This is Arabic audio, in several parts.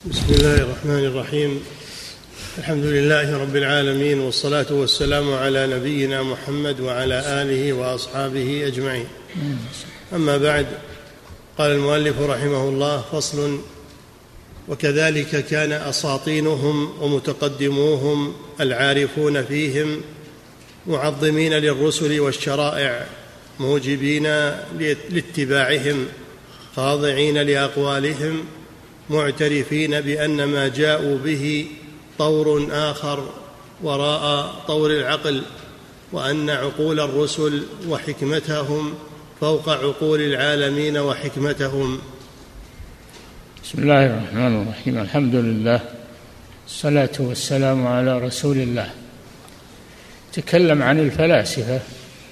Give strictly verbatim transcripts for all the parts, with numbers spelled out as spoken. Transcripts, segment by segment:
بسم الله الرحمن الرحيم. الحمد لله رب العالمين، والصلاة والسلام على نبينا محمد وعلى آله وأصحابه أجمعين. أما بعد، قال المؤلف رحمه الله: فصل: وكذلك كان أساطينهم ومتقدموهم العارفون فيهم معظمين للرسل والشرائع، موجبين لاتباعهم، خاضعين لأقوالهم، معترفين بأن ما جاءوا به طور آخر وراء طور العقل، وأن عقول الرسل وحكمتهم فوق عقول العالمين وحكمتهم. بسم الله الرحمن الرحيم. الحمد لله، الصلاة والسلام على رسول الله. تكلم عن الفلاسفة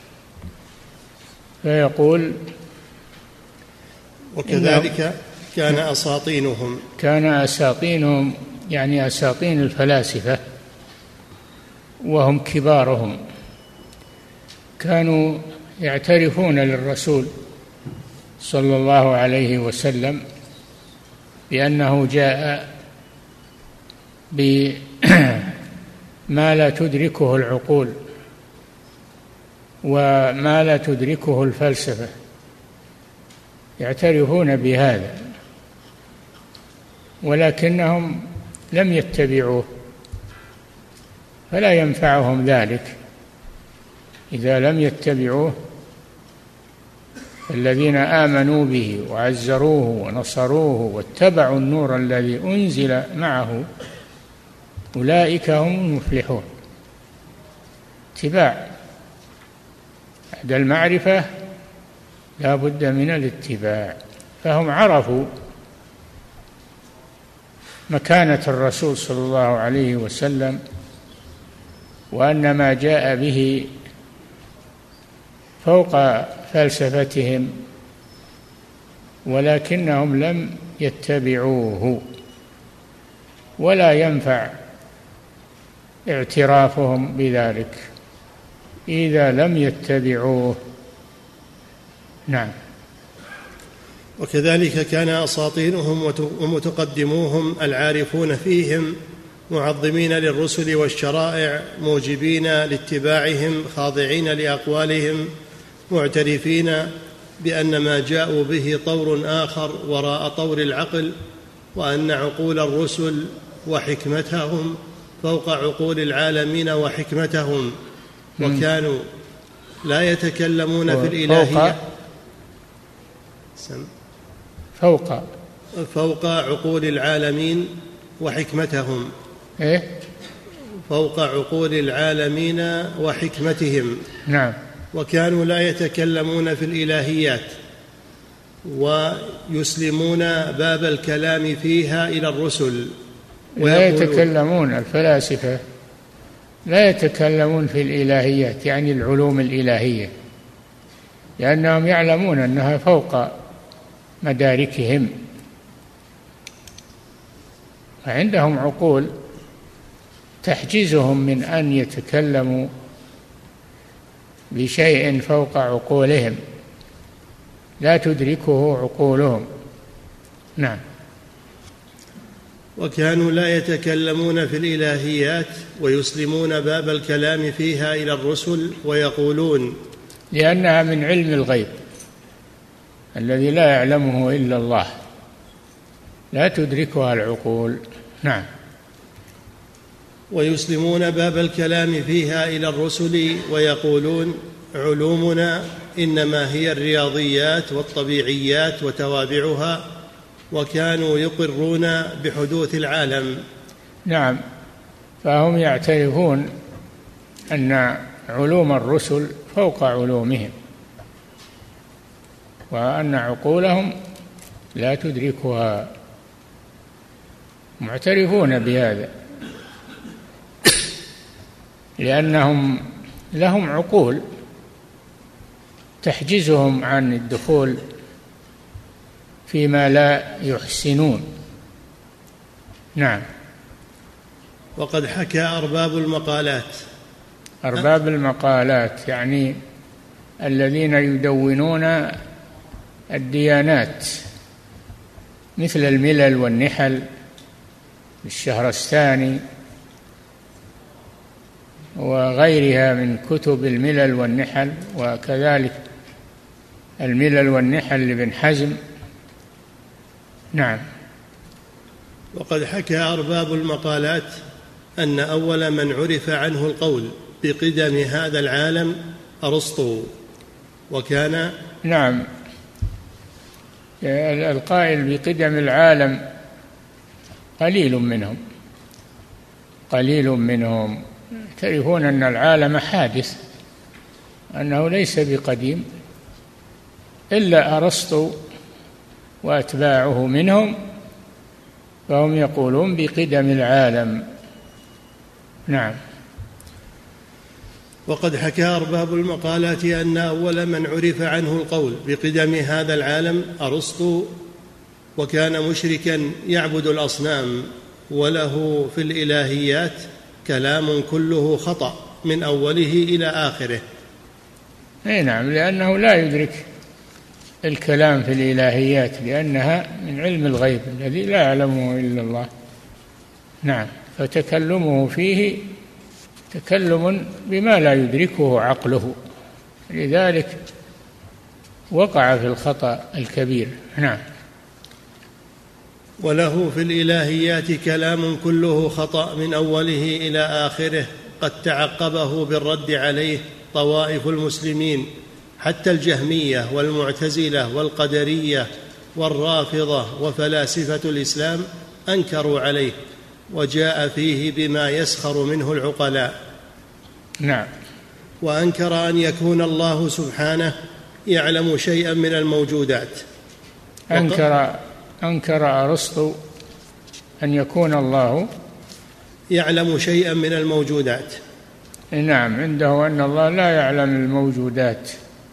فيقول: وكذلك كان أساطينهم. كان أساطينهم يعني أساطين الفلاسفة، وهم كبارهم، كانوا يعترفون للرسول صلى الله عليه وسلم بأنه جاء بما لا تدركه العقول وما لا تدركه الفلسفة، يعترفون بهذا، ولكنهم لم يتبعوه، فلا ينفعهم ذلك إذا لم يتبعوه. الذين آمنوا به وعزروه ونصروه واتبعوا النور الذي أنزل معه أولئك هم المفلحون. اتباع بعد المعرفة لا بد من الاتباع، فهم عرفوا مكانة الرسول صلى الله عليه وسلم، وأن ما جاء به فوق فلسفتهم، ولكنهم لم يتبعوه، ولا ينفع اعترافهم بذلك إذا لم يتبعوه. نعم. وكذلك كان أساطينهم ومتقدموهم العارفون فيهم معظمين للرسل والشرائع، موجبين لاتباعهم، خاضعين لأقوالهم، معترفين بأن ما جاءوا به طور آخر وراء طور العقل، وأن عقول الرسل وحكمتهم فوق عقول العالمين وحكمتهم، وكانوا لا يتكلمون في الإلهية فوق فوق عقول العالمين وحكمتهم إيه؟ فوق عقول العالمين وحكمتهم. نعم. وكانوا لا يتكلمون في الإلهيات، ويسلمون باب الكلام فيها إلى الرسل. لا يتكلمون الفلاسفة لا يتكلمون في الإلهيات، يعني العلوم الإلهية، لأنهم يعلمون أنها فوق مداركهم، وعندهم عقول تحجزهم من أن يتكلموا بشيء فوق عقولهم لا تدركه عقولهم. نعم. وكانوا لا يتكلمون في الإلهيات ويسلمون باب الكلام فيها إلى الرسل، ويقولون: لأنها من علم الغيب الذي لا يعلمه إلا الله، لا تدركها العقول. نعم. ويسلمون باب الكلام فيها إلى الرسل، ويقولون: علومنا إنما هي الرياضيات والطبيعيات وتوابعها، وكانوا يقرون بحدوث العالم. نعم. فهم يعترفون أن علوم الرسل فوق علومهم، وأن عقولهم لا تدركها، معترفون بهذا، لأنهم لهم عقول تحجزهم عن الدخول فيما لا يحسنون. نعم. وقد حكى أرباب المقالات أرباب المقالات يعني الذين يدونون الديانات مثل الملل والنحل الشهرستاني وغيرها من كتب الملل والنحل، وكذلك الملل والنحل لابن حزم. نعم. وقد حكى أرباب المقالات أن أول من عرف عنه القول بقدم هذا العالم أرسطو، وكان نعم القائل بقدم العالم قليل منهم قليل منهم تعرفون أن العالم حادث، أنه ليس بقديم، إلا أرسطو وأتباعه منهم فهم يقولون بقدم العالم. نعم. وقد حكى أرباب المقالات أن أول من عرف عنه القول بقدم هذا العالم أرسطو، وكان مشركا يعبد الأصنام، وله في الإلهيات كلام كله خطأ من أوله إلى آخره. أي نعم، لأنه لا يدرك الكلام في الإلهيات، لأنها من علم الغيب الذي لا يعلمه إلا الله. نعم. فتكلمه فيه تكلم بما لا يدركه عقله، لذلك وقع في الخطأ الكبير. نعم. وله في الإلهيات كلام كله خطأ من أوله إلى آخره، قد تعقبه بالرد عليه طوائف المسلمين، حتى الجهمية والمعتزلة والقدرية والرافضة وفلاسفة الإسلام أنكروا عليه، وجاء فيه بما يسخر منه العقلاء. نعم. وأنكر أن يكون الله سبحانه يعلم شيئا من الموجودات. أنكر أنكر أرسطو أن يكون الله يعلم شيئا من الموجودات. نعم، عنده أن الله لا يعلم الموجودات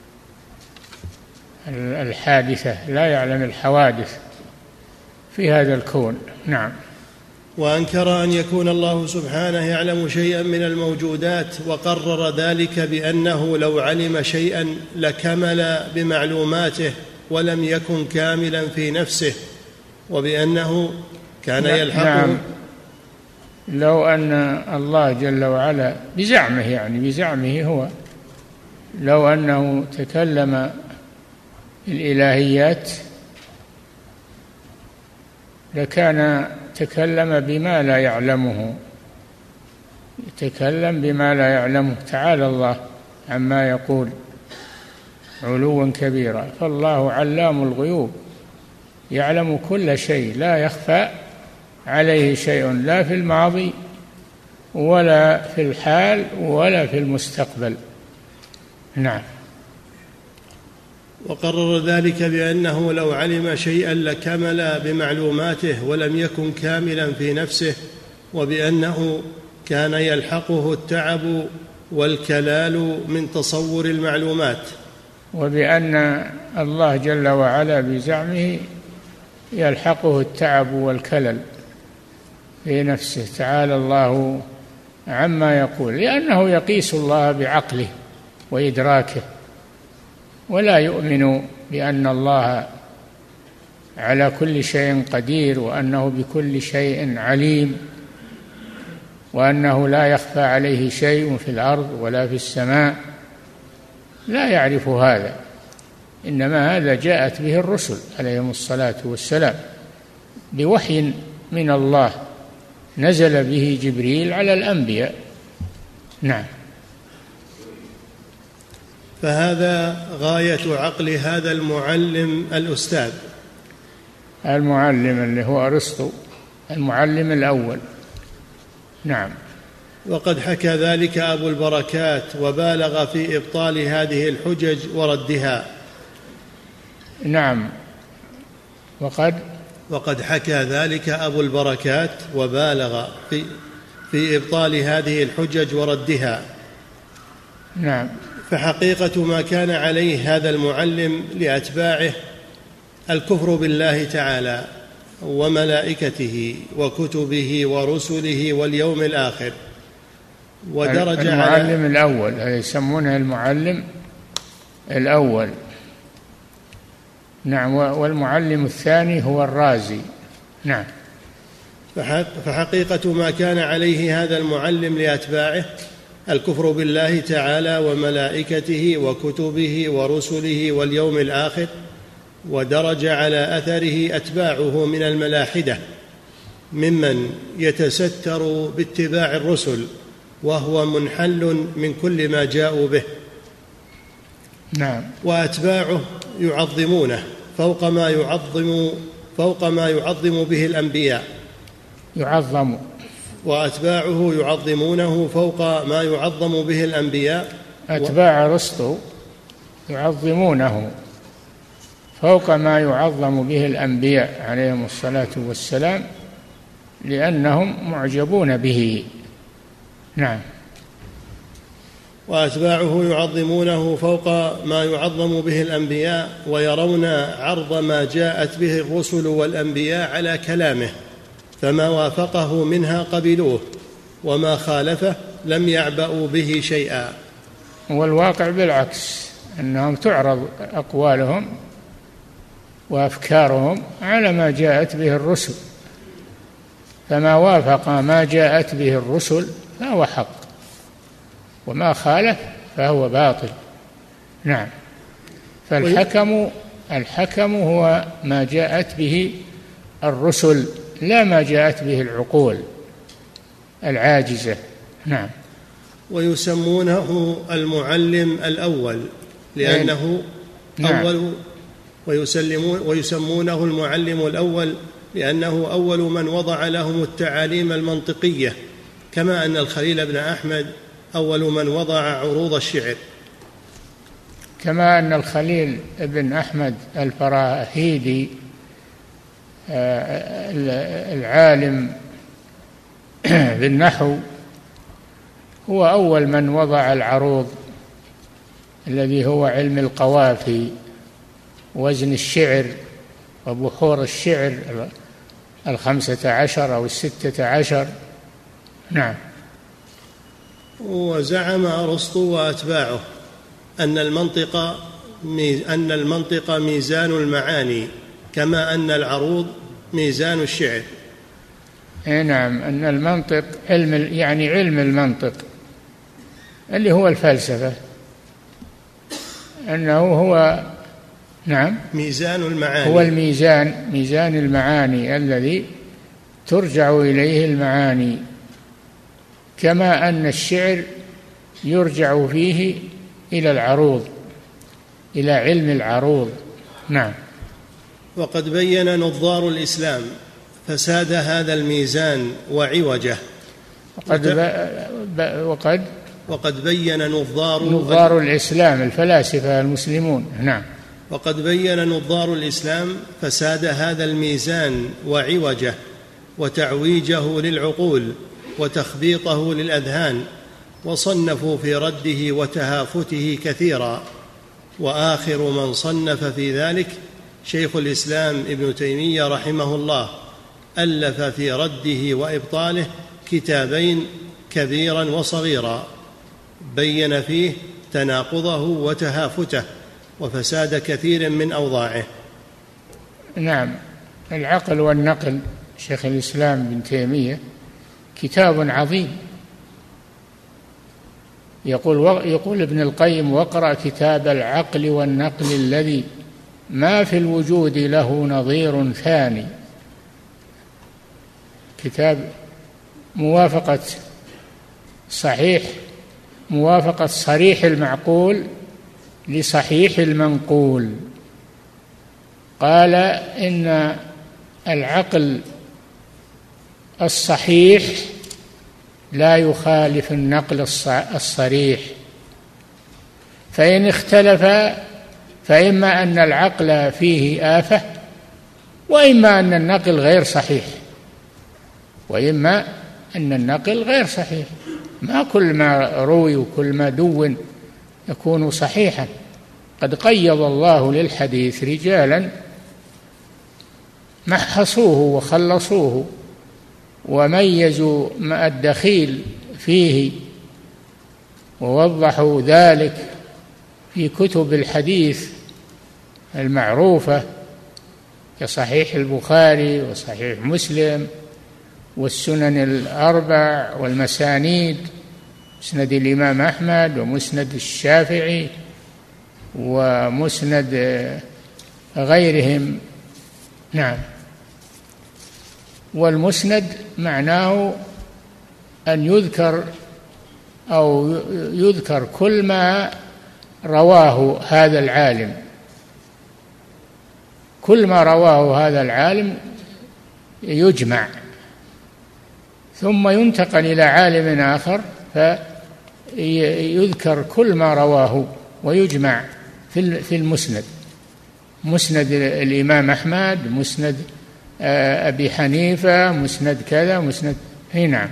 الحادثة، لا يعلم الحوادث في هذا الكون. نعم. وأنكر أن يكون الله سبحانه يعلم شيئا من الموجودات، وقرر ذلك بأنه لو علم شيئا لكمل بمعلوماته ولم يكن كاملا في نفسه، وبأنه كان يلحقه. نعم. لو أن الله جل وعلا بزعمه يعني بزعمه هو لو أنه تكلم الإلهيات لكان تكلم بما لا يعلمه، يتكلم بما لا يعلمه، تعالى الله عما يقول علوا كبيرا. فالله علام الغيوب يعلم كل شيء، لا يخفى عليه شيء، لا في الماضي ولا في الحال ولا في المستقبل. نعم. وقرر ذلك بأنه لو علم شيئا لكمل بمعلوماته ولم يكن كاملا في نفسه، وبأنه كان يلحقه التعب والكلال من تصور المعلومات، وبأن الله جل وعلا بزعمه يلحقه التعب والكلل في نفسه، تعالى الله عما يقول، لأنه يقيس الله بعقله وإدراكه، ولا يؤمن بأن الله على كل شيء قدير، وأنه بكل شيء عليم، وأنه لا يخفى عليه شيء في الأرض ولا في السماء، لا يعرف هذا، إنما هذا جاءت به الرسل عليهم الصلاة والسلام بوحي من الله نزل به جبريل على الأنبياء. نعم. فهذا غاية عقل هذا المعلم الأستاذ، المعلم اللي هو أرسطو، المعلم الأول. نعم. وقد حكى ذلك أبو البركات وبالغ في إبطال هذه الحجج وردها. نعم. وقد وقد حكى ذلك أبو البركات وبالغ في في إبطال هذه الحجج وردها. نعم. فحقيقة ما كان عليه هذا المعلم لأتباعه الكفر بالله تعالى وملائكته وكتبه ورسله واليوم الآخر، ودرج المعلم على الأول، يسمونه المعلم الأول. نعم. والمعلم الثاني هو الرازي. نعم. فحقيقة ما كان عليه هذا المعلم لأتباعه الكفر بالله تعالى وملائكته وكتبه ورسله واليوم الآخر، ودرج على أثره أتباعه من الملاحدة ممن يتستر باتباع الرسل وهو منحل من كل ما جاءوا به. نعم. وأتباعه يعظمونه فوق ما يعظم فوق ما يعظم به الأنبياء يعظم وأتباعه يعظمونه فوق ما يعظم به الأنبياء. أتباع أرسطو يعظمونه فوق ما يعظم به الأنبياء عليهم الصلاة والسلام لأنهم معجبون به. نعم. وأتباعه يعظمونه فوق ما يعظم به الأنبياء ويرون عرض ما جاءت به الرسل والأنبياء على كلامه، فما وافقه منها قبلوه وما خالفه لم يعبأوا به شيئا. والواقع بالعكس، أنهم تعرض أقوالهم وأفكارهم على ما جاءت به الرسل، فما وافق ما جاءت به الرسل فهو حق وما خالف فهو باطل. نعم. فالحكم الحكم هو ما جاءت به الرسل لا ما جاءت به العقول العاجزة. نعم. ويسمونه المعلم الأول لأنه نعم. أول ويسلمون ويسمونه المعلم الأول لأنه أول من وضع لهم التعاليم المنطقية، كما أن الخليل بن أحمد أول من وضع عروض الشعر. كما أن الخليل بن أحمد الفراهيدي العالم بالنحو هو أول من وضع العروض الذي هو علم القوافي، وزن الشعر وبحور الشعر الخمسة عشر أو الستة عشر. نعم. وزعم أرسطو وأتباعه أن المنطق أن المنطق ميزان المعاني كما أن العروض ميزان الشعر. نعم. أن المنطق علم يعني علم المنطق اللي هو الفلسفة، أنه هو نعم ميزان المعاني، هو الميزان ميزان المعاني الذي ترجع إليه المعاني، كما أن الشعر يرجع فيه إلى العروض، إلى علم العروض. نعم. وقد بين نظار الإسلام فساد هذا الميزان وعوجه. وقد ب... وقد وقد بين نظار نظار الإسلام الفلاسفة المسلمون. نعم. وقد بين نظار الإسلام فساد هذا الميزان وعوجه وتعويجه للعقول وتخبيطه للأذهان، وصنفوا في رده وتهافته كثيرا، وآخر من صنف في ذلك شيخ الإسلام ابن تيمية رحمه الله، ألف في رده وإبطاله كتابين كبيرا وصغيرا بين فيه تناقضه وتهافته وفساد كثير من أوضاعه. نعم. العقل والنقل شيخ الإسلام ابن تيمية كتاب عظيم. يقول يقول ابن القيم: واقرأ كتاب العقل والنقل الذي ما في الوجود له نظير ثاني. كتاب موافقة صحيح موافقة صريح المعقول لصحيح المنقول. قال إن العقل الصحيح لا يخالف النقل الصريح، فإن اختلف فإما أن العقل فيه آفة، وإما أن النقل غير صحيح وإما أن النقل غير صحيح. ما كل ما روي وكل ما دون يكون صحيحا. قد قيض الله للحديث رجالا محصوه وخلصوه وميزوا ما الدخيل فيه ووضحوا ذلك في كتب الحديث المعروفة كصحيح البخاري وصحيح مسلم والسنن الأربع والمسانيد، مسند الإمام أحمد ومسند الشافعي ومسند غيرهم. نعم. والمسند معناه أن يذكر أو يذكر كل ما رواه هذا العالم، كل ما رواه هذا العالم يجمع، ثم ينتقل إلى عالم آخر فيذكر كل ما رواه ويجمع في المسند، مسند الإمام أحمد، مسند أبي حنيفة، مسند كذا، مسند. نعم.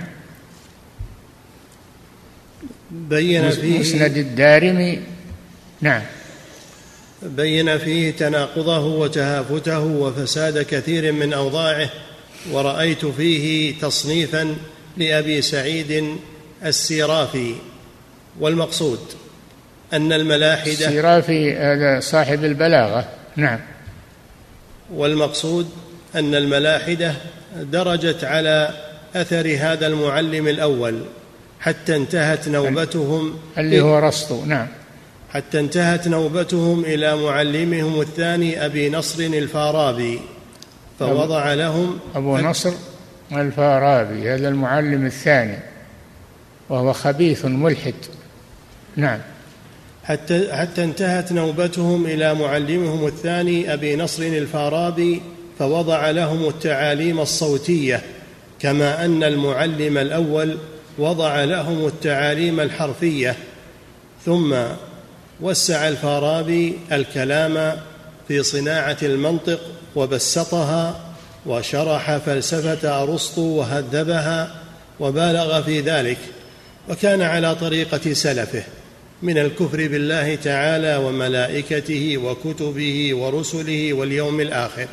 بين فيه مسند الدارمي. نعم. بين فيه تناقضه وتهافته وفساد كثير من أوضاعه، ورأيت فيه تصنيفا لأبي سعيد السيرافي. والمقصود أن الملاحدة، السيرافي هذا صاحب البلاغة. نعم. والمقصود أن الملاحدة درجت على أثر هذا المعلم الأول حتى انتهت نوبتهم اللي هو رسطو. نعم. حتى انتهت نوبتهم إلى معلمهم الثاني أبي نصر الفارابي، فوضع لهم أبو نصر الفارابي، هذا المعلم الثاني، وهو خبيث ملحد. نعم. حتى, حتى انتهت نوبتهم إلى معلمهم الثاني أبي نصر الفارابي، فوضع لهم التعاليم الصوتية، كما أن المعلم الأول وضع لهم التعاليم الحرفية. ثم وسع الفارابي الكلام في صناعة المنطق وبسطها، وشرح فلسفة أرسطو وهذبها وبالغ في ذلك، وكان على طريقة سلفه من الكفر بالله تعالى وملائكته وكتبه ورسله واليوم الآخر.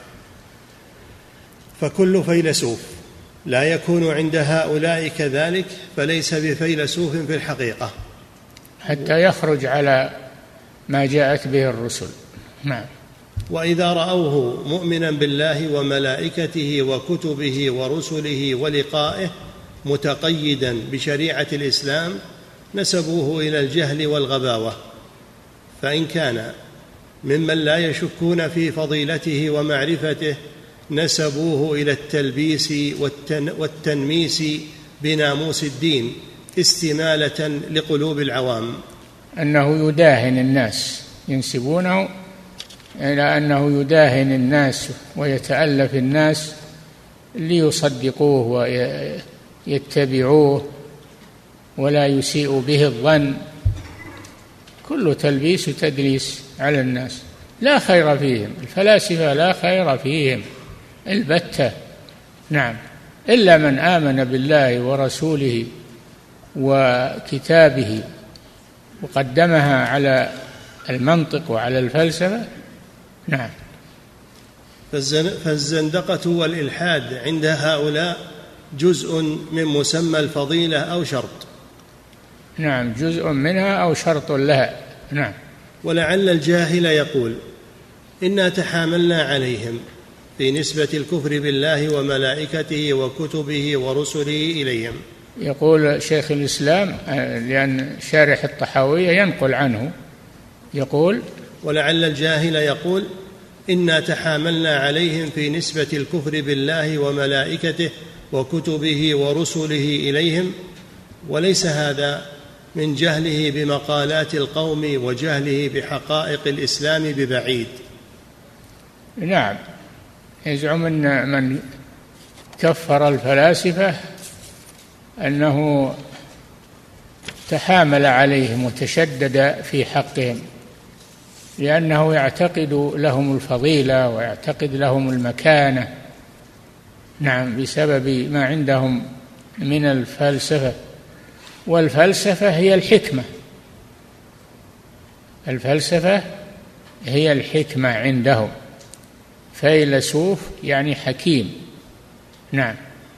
فكل فيلسوف لا يكون عند هؤلاء كذلك فليس بفيلسوف في الحقيقة، حتى يخرج على ما جاءت به الرسل. نعم. وإذا رأوه مؤمنا بالله وملائكته وكتبه ورسله ولقائه متقيدا بشريعة الإسلام نسبوه إلى الجهل والغباوة، فإن كان ممن لا يشكون في فضيلته ومعرفته نسبوه إلى التلبيس والتن والتنميس بناموس الدين استمالة لقلوب العوام، أنه يداهن الناس، ينسبونه إلى أنه يداهن الناس ويتألف الناس ليصدقوه ويتبعوه ولا يسيء به الظن. كل تلبيس وتدليس على الناس، لا خير فيهم الفلاسفة، لا خير فيهم البتة. نعم. إلا من آمن بالله ورسوله وكتابه وقدمها على المنطق وعلى الفلسفة. نعم. فالزندقة والإلحاد عند هؤلاء جزء من مسمى الفضيلة أو شرط. نعم، جزء منها أو شرط لها. نعم. ولعل الجاهل يقول إنا تحاملنا عليهم في نسبة الكفر بالله وملائكته وكتبه ورسله إليهم. يقول شيخ الإسلام، لأن شارح الطحاوية ينقل عنه، يقول ولعل الجاهل يقول إنا تحاملنا عليهم في نسبة الكفر بالله وملائكته وكتبه ورسله إليهم، وليس هذا من جهله بمقالات القوم وجهله بحقائق الإسلام ببعيد. نعم. يزعم أن من كفر الفلاسفة أنه تحامل عليهم وتشدد في حقهم، لأنه يعتقد لهم الفضيلة ويعتقد لهم المكانة. نعم، بسبب ما عندهم من الفلسفة، والفلسفة هي الحكمة، الفلسفة هي الحكمة عندهم، فيلسوف يعني حكيم. نعم.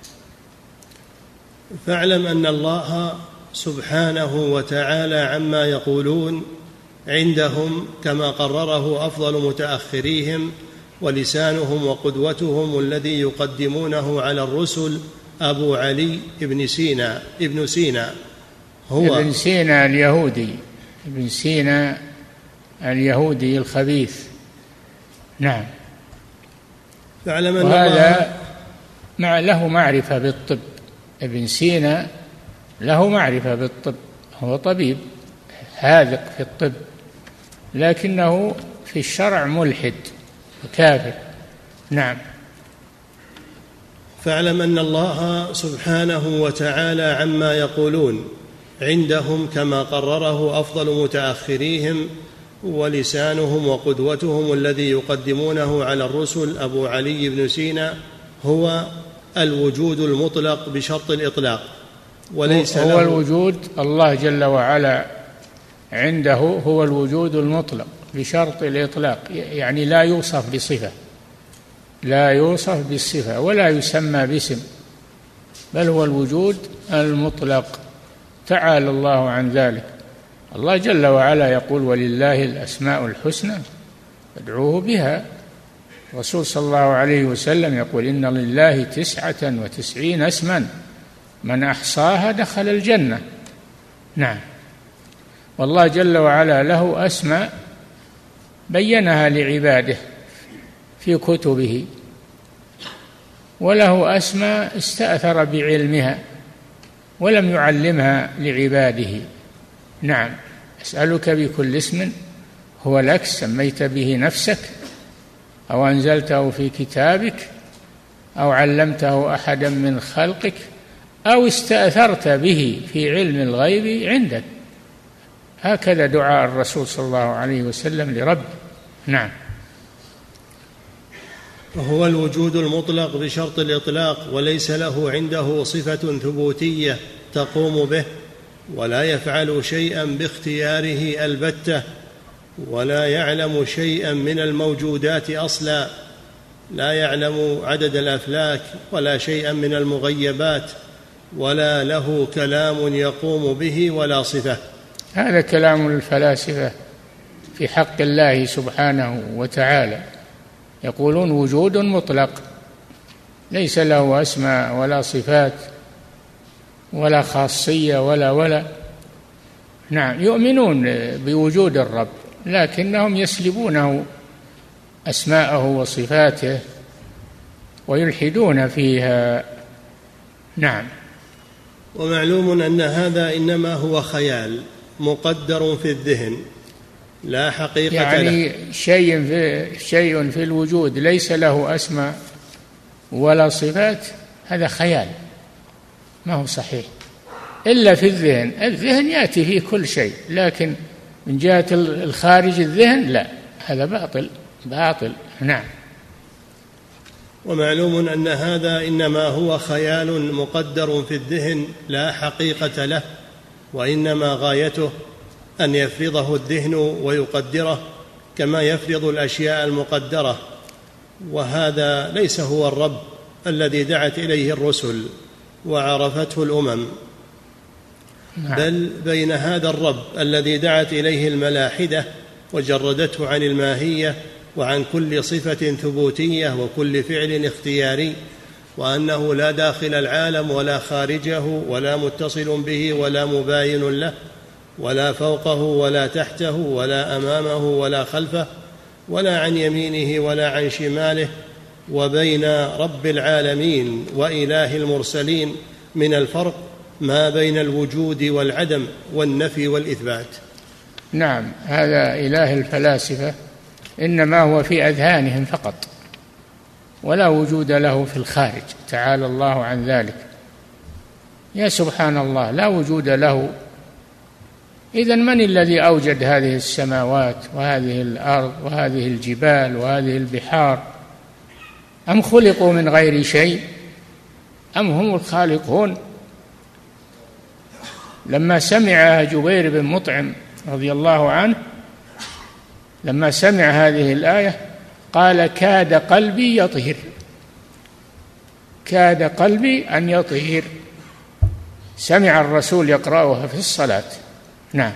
فاعلم أن الله سبحانه وتعالى عما يقولون عندهم كما قرره أفضل متأخريهم ولسانهم وقدوتهم الذي يقدمونه على الرسل أبو علي بن سينا ابن سينا هو ابن سينا اليهودي، ابن سينا اليهودي الخبيث. نعم. فاعلم أن وهذا مع له معرفة بالطب، ابن سينا له معرفة بالطب، هو طبيب هاذق في الطب، لكنه في الشرع ملحد وكافر. نعم. فاعلم أن الله سبحانه وتعالى عما يقولون عندهم كما قرره أفضل متأخريهم ولسانهم وقدوتهم الذي يقدمونه على الرسل أبو علي بن سينا هو الوجود المطلق بشرط الإطلاق، وليس هو الوجود. الله جل وعلا عنده هو الوجود المطلق بشرط الإطلاق، يعني لا يوصف بصفة، لا يوصف بالصفة ولا يسمى باسم، بل هو الوجود المطلق، تعالى الله عن ذلك. الله جل وعلا يقول ولله الأسماء الحسنى فادعوه بها. الرسول صلى الله عليه وسلم يقول إن لله تسعة وتسعين اسما من أحصاها دخل الجنة. نعم. والله جل وعلا له أسماء بينها لعباده في كتبه، وله أسماء استأثر بعلمها ولم يعلمها لعباده. نعم. أسألك بكل اسم هو لك سميت به نفسك أو أنزلته في كتابك أو علمته أحدا من خلقك أو استأثرت به في علم الغيب عندك. هكذا دعاء الرسول صلى الله عليه وسلم لربه. نعم. وهو الوجود المطلق بشرط الإطلاق، وليس له عنده صفة ثبوتية تقوم به، ولا يفعل شيئا باختياره البتة، ولا يعلم شيئا من الموجودات أصلا، لا يعلم عدد الأفلاك ولا شيئا من المغيبات، ولا له كلام يقوم به ولا صفة. هذا كلام الفلاسفة في حق الله سبحانه وتعالى، يقولون وجود مطلق ليس له أسماء ولا صفات ولا خاصية ولا ولا نعم. يؤمنون بوجود الرب لكنهم يسلبونه أسماءه وصفاته ويلحدون فيها. نعم. ومعلوم أن هذا إنما هو خيال مقدر في الذهن لا حقيقة يعني له. شيء في شيء في الوجود ليس له أسماء ولا صفات، هذا خيال ما هو صحيح إلا في الذهن. الذهن يأتي فيه كل شيء، لكن من جهة الخارج الذهن لا، هذا باطل باطل. نعم. ومعلوم أن هذا إنما هو خيال مقدر في الذهن لا حقيقة له، وإنما غايته أن يفرضه الذهن ويقدره كما يفرض الأشياء المقدرة، وهذا ليس هو الرب الذي دعت إليه الرسل وعرفته الأمم. نعم. بل بين هذا الرب الذي دعت إليه الملاحدة وجردته عن الماهية وعن كل صفة ثبوتية وكل فعل اختياري، وأنه لا داخل العالم ولا خارجه ولا متصل به ولا مباين له ولا فوقه ولا تحته ولا أمامه ولا خلفه ولا عن يمينه ولا عن شماله، وبين رب العالمين وإله المرسلين من الفرق ما بين الوجود والعدم والنفي والإثبات. نعم. هذا إله الفلاسفة إنما هو في أذهانهم فقط، ولا وجود له في الخارج، تعالى الله عن ذلك. يا سبحان الله، لا وجود له. إذن من الذي أوجد هذه السماوات وهذه الأرض وهذه الجبال وهذه البحار؟ أم خلقوا من غير شيء أم هم الخالقون؟ لما سمع جبير بن مطعم رضي الله عنه لما سمع هذه الآية قال كاد قلبي يطير، كاد قلبي أن يطير. سمع الرسول يقرأها في الصلاة. نعم.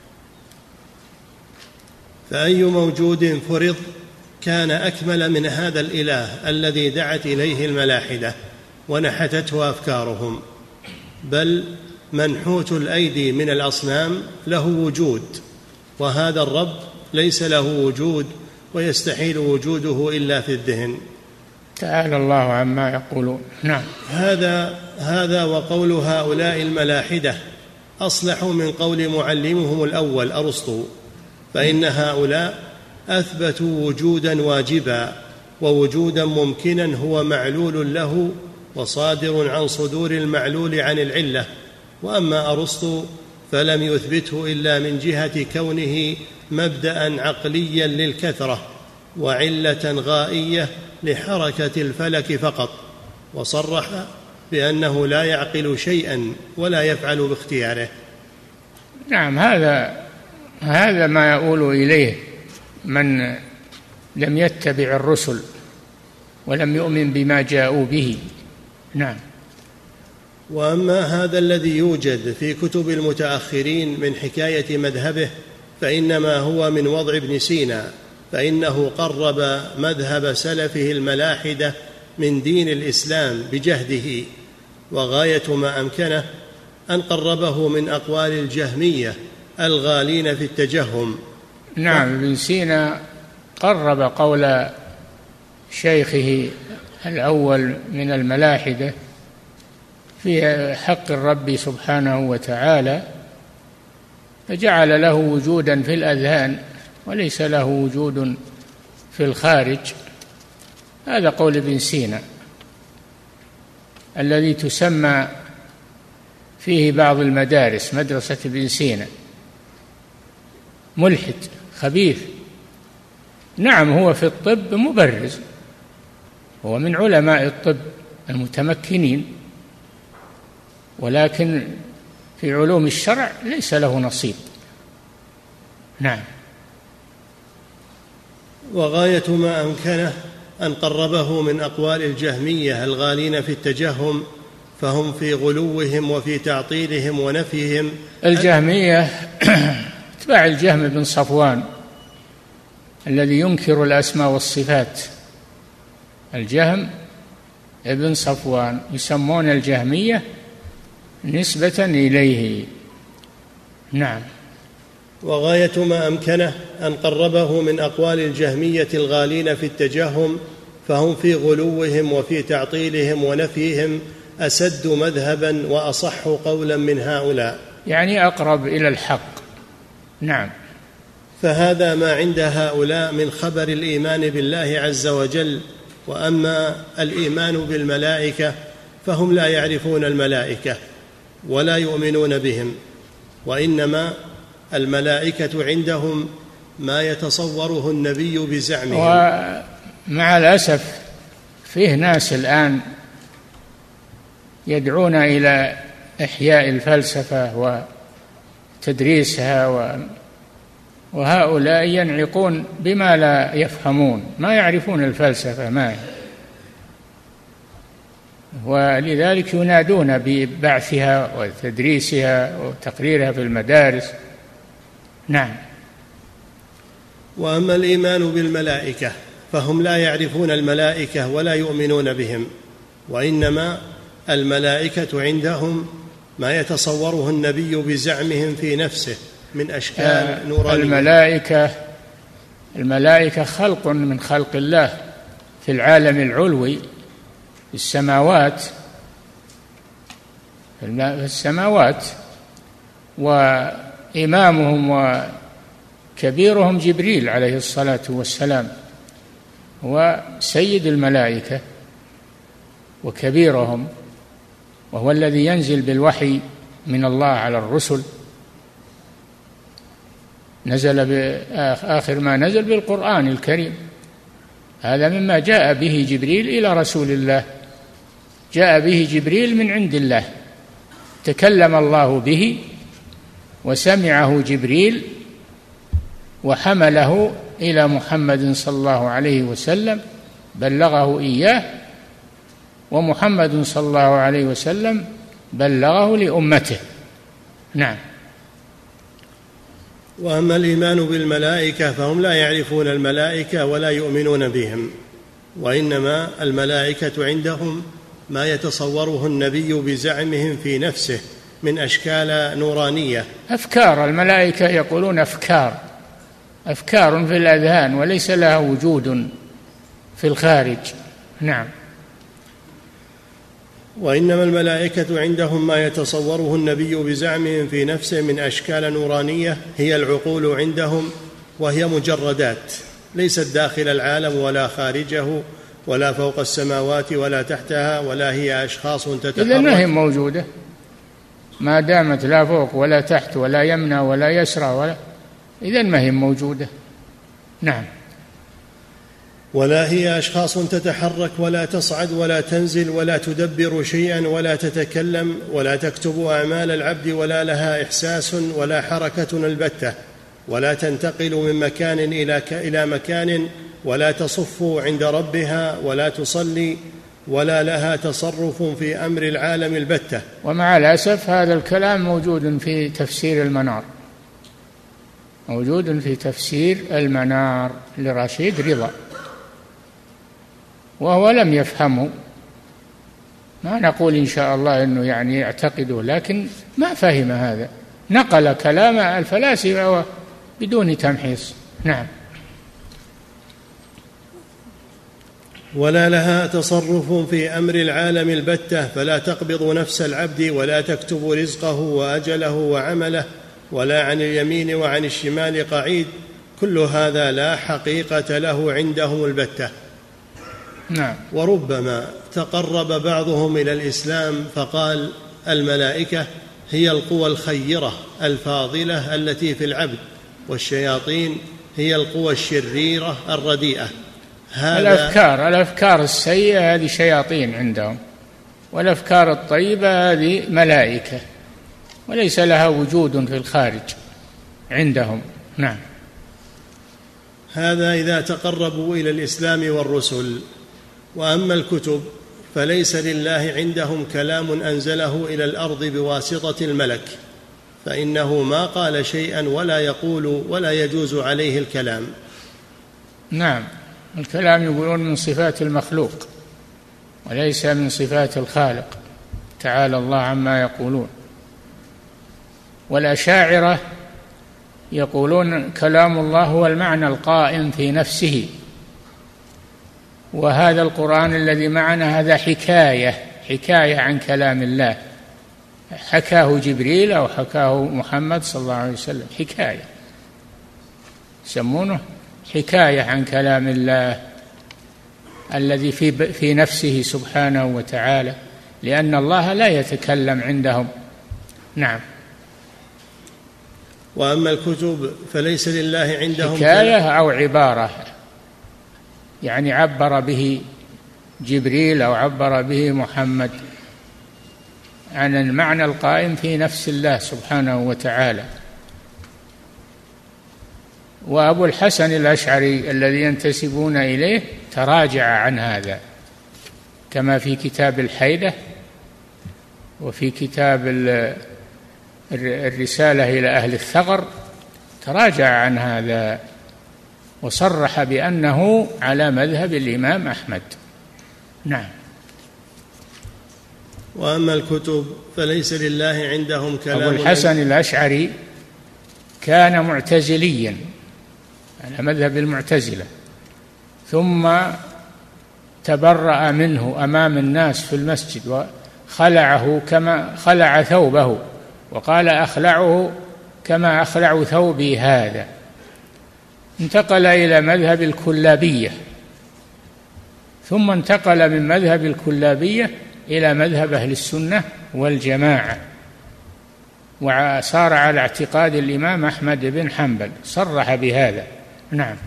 فأي موجود فرض كان أكمل من هذا الإله الذي دعت إليه الملاحدة، ونحتته أفكارهم، بل منحوت الأيدي من الأصنام له وجود، وهذا الرب ليس له وجود ويستحيل وجوده إلا في الذهن. تعالى الله عما يقولون. نعم. هذا هذا وقول هؤلاء الملاحدة أصلح من قول معلمهم الأول أرسطو، فإن هؤلاء أثبتوا وجودا واجبا ووجودا ممكنا هو معلول له وصادر عن صدور المعلول عن العلة، وأما أرسطو فلم يثبته إلا من جهة كونه مبدأ عقليا للكثرة وعلة غائية لحركة الفلك فقط، وصرح بأنه لا يعقل شيئا ولا يفعل باختياره. نعم، هذا هذا ما يؤول إليه من لم يتبع الرسل ولم يؤمن بما جاءوا به. نعم. وأما هذا الذي يوجد في كتب المتأخرين من حكاية مذهبه فإنما هو من وضع ابن سينا، فإنه قرب مذهب سلفه الملاحدة من دين الإسلام بجهده، وغاية ما أمكنه أن قربه من أقوال الجهمية الغالين في التجهم. نعم، ابن سينا قرب قول شيخه الأول من الملاحدة في حق الرب سبحانه وتعالى، فجعل له وجودا في الأذهان وليس له وجود في الخارج. هذا قول ابن سينا الذي تسمى فيه بعض المدارس مدرسة ابن سينا، ملحد خبيث. نعم، هو في الطب مبرز، هو من علماء الطب المتمكنين، ولكن في علوم الشرع ليس له نصيب. نعم. وغاية ما أمكنه أن قربه من أقوال الجهمية الغالين في التجهم، فهم في غلوهم وفي تعطيلهم ونفيهم. الجهمية اتباع الجهم بن صفوان الذي ينكر الأسماء والصفات، الجهم ابن صفوان يسمون الجهمية نسبة إليه. نعم. وغاية ما أمكنه أن قربه من أقوال الجهمية الغالين في التجهم، فهم في غلوهم وفي تعطيلهم ونفيهم أسد مذهبا وأصح قولا من هؤلاء، يعني أقرب إلى الحق. نعم. فهذا ما عند هؤلاء من خبر الإيمان بالله عز وجل. وأما الإيمان بالملائكة فهم لا يعرفون الملائكة ولا يؤمنون بهم، وإنما الملائكة عندهم ما يتصوره النبي بزعمهم. ومع الأسف فيه ناس الآن يدعون إلى إحياء الفلسفة وتدريسها، وهؤلاء ينعقون بما لا يفهمون، ما يعرفون الفلسفة ما هي، ولذلك ينادون ببعثها وتدريسها وتقريرها في المدارس. نعم. وأما الإيمان بالملائكة فهم لا يعرفون الملائكة ولا يؤمنون بهم، وإنما الملائكة عندهم ما يتصوره النبي بزعمهم في نفسه من أشكال نورانية. الملائكة الملائكة خلق من خلق الله في العالم العلوي في السماوات في السماوات وإمامهم وكبيرهم جبريل عليه الصلاة والسلام، هو سيد الملائكة وكبيرهم، وهو الذي ينزل بالوحي من الله على الرسل. نزل بآخر ما نزل بالقرآن الكريم، هذا مما جاء به جبريل إلى رسول الله، جاء به جبريل من عند الله، تكلم الله به وسمعه جبريل وحمله إلى محمد صلى الله عليه وسلم، بلغه إياه، ومحمد صلى الله عليه وسلم بلغه لأمته. نعم. وأما الإيمان بالملائكة فهم لا يعرفون الملائكة ولا يؤمنون بهم، وإنما الملائكة عندهم ما يتصوره النبي بزعمهم في نفسه من أشكال نورانية. أفكار الملائكة يقولون أفكار أفكار في الأذهان وليس لها وجود في الخارج. نعم. وإنما الملائكة عندهم ما يتصوره النبي بزعمهم في نفسه من أشكال نورانية هي العقول عندهم، وهي مجردات ليست داخل العالم ولا خارجه ولا فوق السماوات ولا تحتها، ولا هي أشخاص تتحرك. إذا ما هي موجودة، ما دامت لا فوق ولا تحت ولا يمنى ولا يسرى ولا، إذا ما هي موجودة. نعم. ولا هي أشخاص تتحرك ولا تصعد ولا تنزل ولا تدبر شيئا ولا تتكلم ولا تكتب أعمال العبد ولا لها إحساس ولا حركة البتة، ولا تنتقل من مكان إلى مكان ولا تصف عند ربها ولا تصلي ولا لها تصرف في أمر العالم البتة. ومع الأسف هذا الكلام موجود في تفسير المنار، موجود في تفسير المنار لرشيد رضا، وهو لم يفهمه. ما نقول إن شاء الله أنه يعني يعتقده، لكن ما فهم هذا، نقل كلام الفلاسفة بدون تمحيص. نعم. ولا لها تصرف في أمر العالم البتة، فلا تقبض نفس العبد ولا تكتب رزقه وأجله وعمله، ولا عن اليمين وعن الشمال قعيد، كل هذا لا حقيقة له عندهم البتة. نعم. وربما تقرب بعضهم إلى الإسلام فقال الملائكة هي القوى الخيرة الفاضلة التي في العبد، والشياطين هي القوى الشريرة الرديئة. هذا الأفكار الأفكار السيئة هذه شياطين عندهم، والأفكار الطيبة هذه ملائكة، وليس لها وجود في الخارج عندهم. نعم. هذا إذا تقربوا إلى الإسلام والرسل. وأما الكتب فليس لله عندهم كلام أنزله إلى الأرض بواسطة الملك، فإنه ما قال شيئا ولا يقول ولا يجوز عليه الكلام. نعم. الكلام يقولون من صفات المخلوق وليس من صفات الخالق، تعالى الله عما يقولون. والأشاعرة يقولون كلام الله هو المعنى القائم في نفسه، وهذا القرآن الذي معنا هذا حكاية حكاية عن كلام الله، حكاه جبريل أو حكاه محمد صلى الله عليه وسلم، حكاية يسمونه حكاية عن كلام الله الذي في في نفسه سبحانه وتعالى، لأن الله لا يتكلم عندهم. نعم. وأما الكتب فليس لله عندهم حكاية أو عبارة، يعني عبر به جبريل أو عبر به محمد عن المعنى القائم في نفس الله سبحانه وتعالى. وأبو الحسن الأشعري الذي ينتسبون إليه تراجع عن هذا، كما في كتاب الحيدة وفي كتاب الرسالة إلى أهل الثغر، تراجع عن هذا وصرح بأنه على مذهب الإمام أحمد. نعم. وأما الكتب فليس لله عندهم كلام. أبو الحسن الأشعري كان معتزليا على مذهب المعتزلة، ثم تبرأ منه أمام الناس في المسجد وخلعه كما خلع ثوبه، وقال أخلعه كما أخلع ثوبي هذا. انتقل إلى مذهب الكلابية، ثم انتقل من مذهب الكلابية إلى مذهب أهل السنة والجماعة، وصار على اعتقاد الإمام أحمد بن حنبل، صرح بهذا. نعم.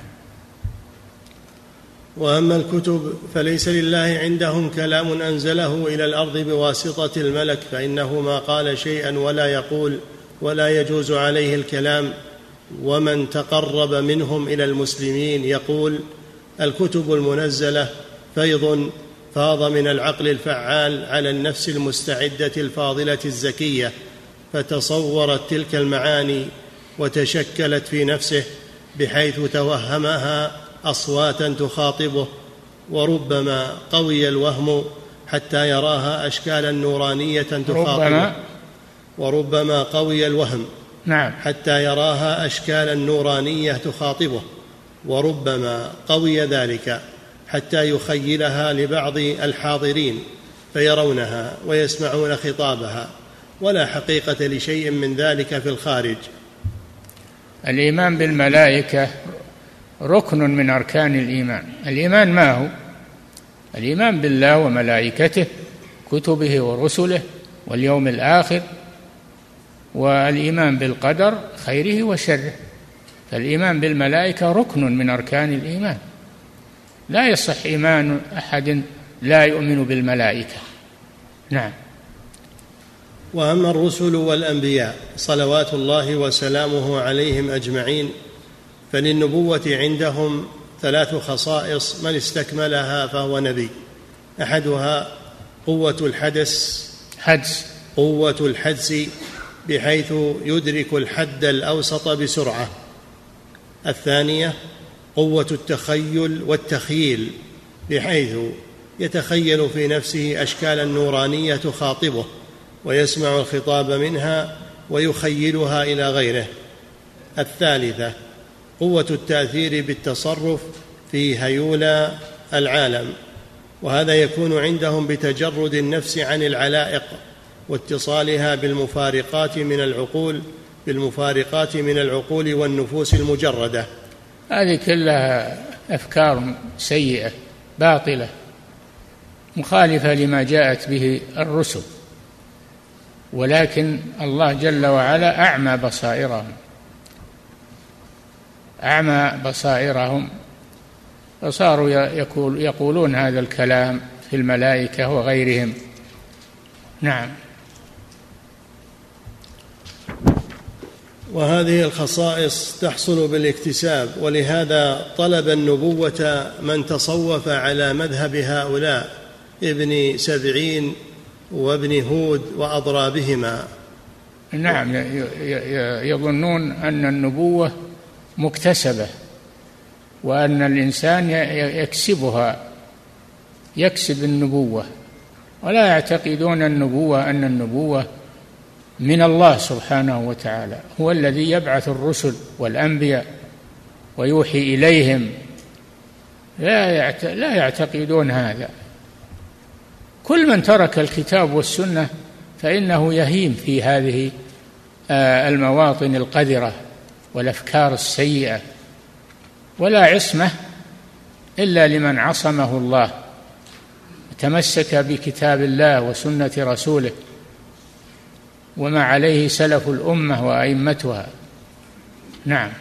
وأما الكتب فليس لله عندهم كلام أنزله إلى الأرض بواسطة الملك، فإنه ما قال شيئا ولا يقول ولا يجوز عليه الكلام. ومن تقرب منهم إلى المسلمين يقول الكتب المنزلة فيض فاض من العقل الفعال على النفس المستعدة الفاضلة الزكية، فتصورت تلك المعاني وتشكلت في نفسه بحيث توهمها أصواتا تخاطبه. وربما قوي الوهم حتى يراها أشكالا نورانية تخاطبه. ربما وربما قوي الوهم نعم حتى يراها أشكالا نورانية تخاطبه، وربما قوي ذلك حتى يخيلها لبعض الحاضرين فيرونها ويسمعون خطابها، ولا حقيقة لشيء من ذلك في الخارج. الإيمان بالملائكة ركن من أركان الإيمان. الإيمان ما هو؟ الإيمان بالله وملائكته كتبه ورسله واليوم الآخر، والإيمان بالقدر خيره وشره. فالإيمان بالملائكة ركن من أركان الإيمان، لا يصح إيمان أحد لا يؤمن بالملائكة. نعم. وأما الرسل والأنبياء صلوات الله وسلامه عليهم أجمعين فللنبوة عندهم ثلاث خصائص من استكملها فهو نبي. أحدها قوة الحدس حدس قوة الحدس بحيث يدرك الحد الأوسط بسرعة. الثانية قوة التخيل والتخييل بحيث يتخيل في نفسه أشكالا نورانية تخاطبه ويسمع الخطاب منها ويخيلها إلى غيره. الثالثة قوة التأثير بالتصرف في هيولى العالم، وهذا يكون عندهم بتجرد النفس عن العلائق واتصالها بالمفارقات من العقول بالمفارقات من العقول والنفوس المجردة. هذه كلها أفكار سيئة باطلة مخالفة لما جاءت به الرسل، ولكن الله جل وعلا أعمى بصائرهم أعمى بصائرهم فصاروا يقول يقولون هذا الكلام في الملائكة وغيرهم. نعم. وهذه الخصائص تحصل بالاكتساب، ولهذا طلب النبوة من تصوف على مذهب هؤلاء ابن سبعين وابن هود وأضرابهما. نعم، يظنون أن النبوة مكتسبة وأن الإنسان يكسبها يكسب النبوة، ولا يعتقدون النبوة أن النبوة من الله سبحانه وتعالى، هو الذي يبعث الرسل والأنبياء ويوحي إليهم. لا يعتقدون هذا. كل من ترك الكتاب والسنة فإنه يهيم في هذه المواطن القذرة والأفكار السيئة، ولا عصمة إلا لمن عصمه الله تمسك بكتاب الله وسنة رسوله وما عليه سلف الأمة وأئمتها. نعم.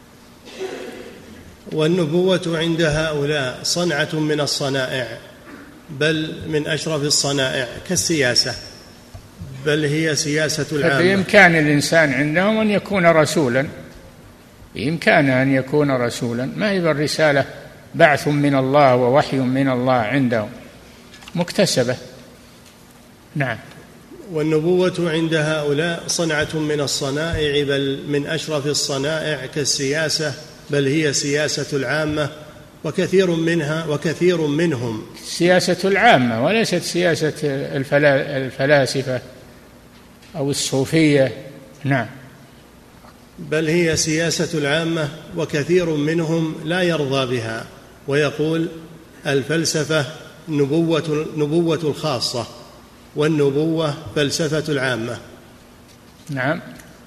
والنبوة عند هؤلاء صنعة من الصنائع، بل من أشرف الصنائع كالسياسة، بل هي سياسة العامة. فبإمكان الإنسان عندهم أن يكون رسولا، بإمكانه أن يكون رسولا، ما هي الرسالة بعث من الله ووحي من الله عندهم، مكتسبة. نعم. والنبوة عند هؤلاء صنعة من الصنائع، بل من أشرف الصنائع كالسياسة، بل هي سياسة العامة، وكثير منها وكثير منهم سياسة العامة وليست سياسة الفلاسفة أو الصوفية. نعم. بل هي سياسة العامة، وكثير منهم لا يرضى بها ويقول الفلسفة نبوة نبوة الخاصة، والنبوة فلسفة العامة. نعم.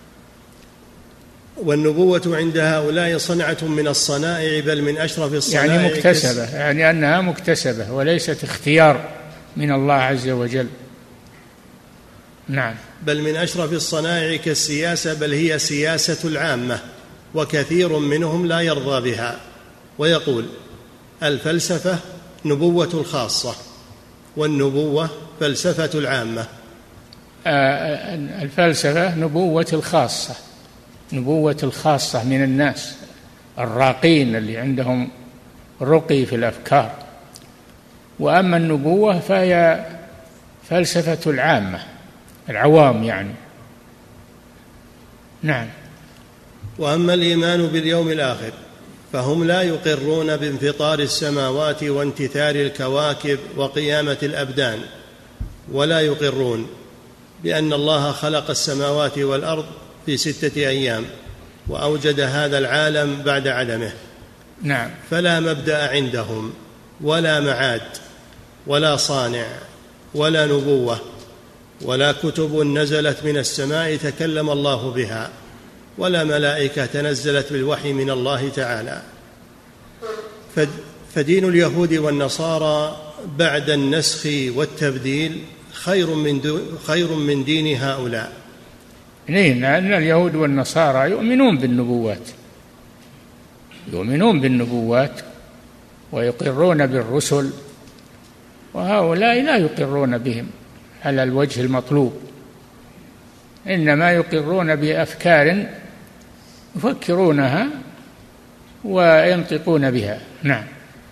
والنبوة عند هؤلاء صنعة من الصنائع، بل من أشرف الصنائع، يعني مكتسبة، يعني أنها مكتسبة وليست اختيار من الله عز وجل. نعم. بل من أشرف الصنائع كالسياسة، بل هي سياسة العامة، وكثير منهم لا يرضى بها ويقول الفلسفة نبوة الخاصة، والنبوة فلسفة العامة. آه الفلسفة نبوة الخاصة، نبوة الخاصة من الناس الراقين اللي عندهم رقي في الأفكار، وأما النبوة فهي فلسفة العامة العوام يعني. نعم. وأما الإيمان باليوم الآخر فهم لا يقرون بانفطار السماوات وانتثار الكواكب وقيامة الأبدان، ولا يقرون بأن الله خلق السماوات والأرض في ستة أيام وأوجد هذا العالم بعد عدمه. نعم. فلا مبدأ عندهم ولا معاد ولا صانع ولا نبوة ولا كتب نزلت من السماء تكلم الله بها ولا ملائكة تنزلت بالوحي من الله تعالى. فدين اليهود والنصارى بعد النسخ والتبديل خير من خير من دين هؤلاء. لأن اليهود والنصارى يؤمنون بالنبوات يؤمنون بالنبوات ويقرون بالرسل، وهؤلاء لا يقرون بهم على الوجه المطلوب، إنما يقرون بأفكار يفكرونها وينطقون بها. نعم.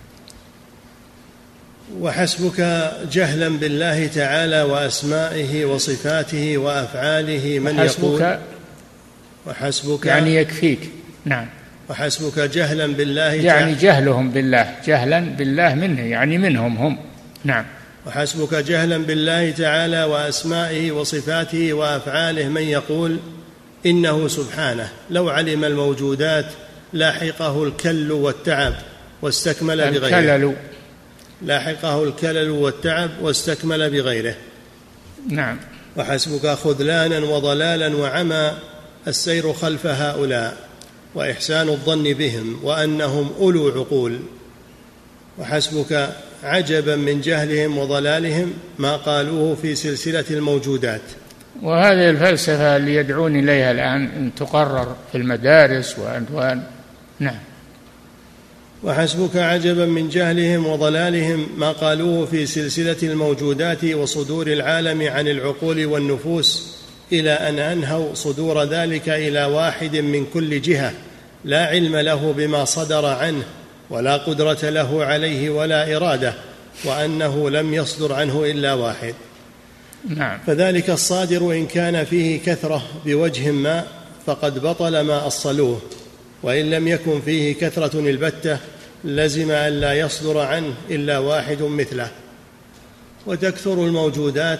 وحسبك جهلا بالله تعالى وأسمائه وصفاته وأفعاله من يقول وحسبك يعني يكفيك. نعم. وحسبك جهلا بالله يعني جهلهم بالله، جهلا بالله منه يعني منهم هم. نعم. وحسبك جهلا بالله تعالى وأسمائه وصفاته وأفعاله من يقول إنه سبحانه لو علم الموجودات لاحقه الكل والتعب واستكمل بغيره. الكلل. لاحقه الكلل والتعب واستكمل بغيره. نعم. وحسبك خذلانا وضلالا وعمى السير خلف هؤلاء وإحسان الظن بهم وأنهم أولو عقول. وحسبك عجبا من جهلهم وضلالهم ما قالوه في سلسلة الموجودات. وهذه الفلسفة اللي يدعون إليها الآن أن تقرر في المدارس وأن. نعم. وحسبك عجبا من جهلهم وضلالهم ما قالوه في سلسلة الموجودات وصدور العالم عن العقول والنفوس إلى أن أنهوا صدور ذلك إلى واحد من كل جهة لا علم له بما صدر عنه ولا قدرة له عليه ولا إرادة، وأنه لم يصدر عنه إلا واحد. نعم. فذلك الصادر إن كان فيه كثرة بوجه ما فقد بطل ما أصلوه، وإن لم يكن فيه كثرة البتة لزم أن لا يصدر عنه إلا واحد مثله. وتكثر الموجودات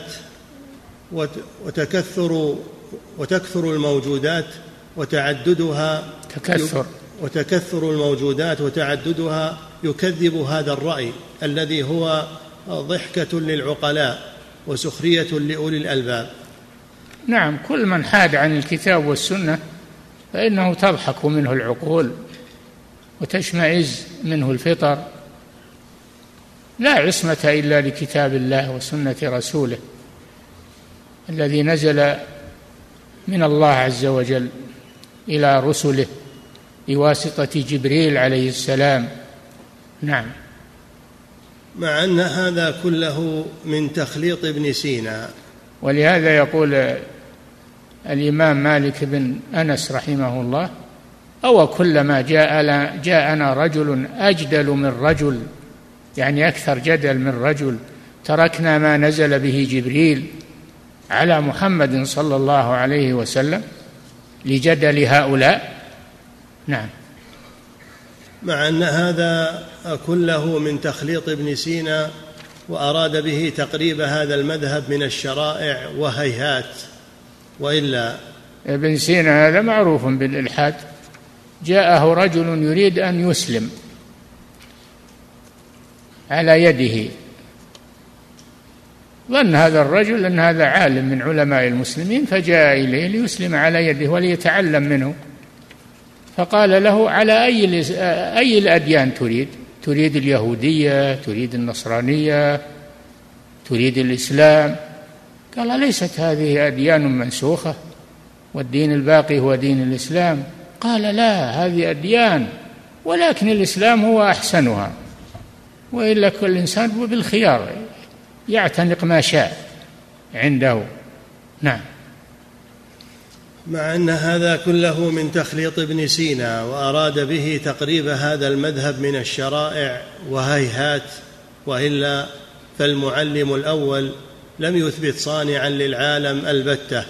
وتكثر وتكثر الموجودات وتعددها تكثر وتكثر الموجودات وتعددها يكذب هذا الرأي الذي هو ضحكة للعقلاء وسخرية لأولي الألباب. نعم. كل من حاد عن الكتاب والسنة فإنه تضحك منه العقول وتشمئز منه الفطر. لا عصمة إلا لكتاب الله وسنة رسوله الذي نزل من الله عز وجل إلى رسله بواسطة جبريل عليه السلام. نعم. مع أن هذا كله من تخليط ابن سينا. ولهذا يقول الإمام مالك بن أنس رحمه الله: أو كلما جاء جاءنا رجل أجدل من رجل، يعني أكثر جدل من رجل، تركنا ما نزل به جبريل على محمد صلى الله عليه وسلم لجدل هؤلاء. نعم. مع أن هذا كله من تخليط ابن سينا، وأراد به تقريب هذا المذهب من الشرائع وهيهات، وإلا ابن سينا هذا معروف بالإلحاد. جاءه رجل يريد أن يسلم على يده، ظن هذا الرجل أن هذا عالم من علماء المسلمين فجاء إليه ليسلم على يده وليتعلم منه، فقال له: على أي أي الأديان تريد؟ تريد اليهودية؟ تريد النصرانية؟ تريد الإسلام؟ قال: ليست هذه أديان منسوخة والدين الباقي هو دين الإسلام. قال: لا، هذه أديان ولكن الإسلام هو أحسنها، وإلا كل إنسان بالخيار يعتنق ما شاء عنده. نعم. مع أن هذا كله من تخليط ابن سينا، وأراد به تقريب هذا المذهب من الشرائع وهيهات، وإلا فالمعلم الأول لم يثبت صانعا للعالم البتة،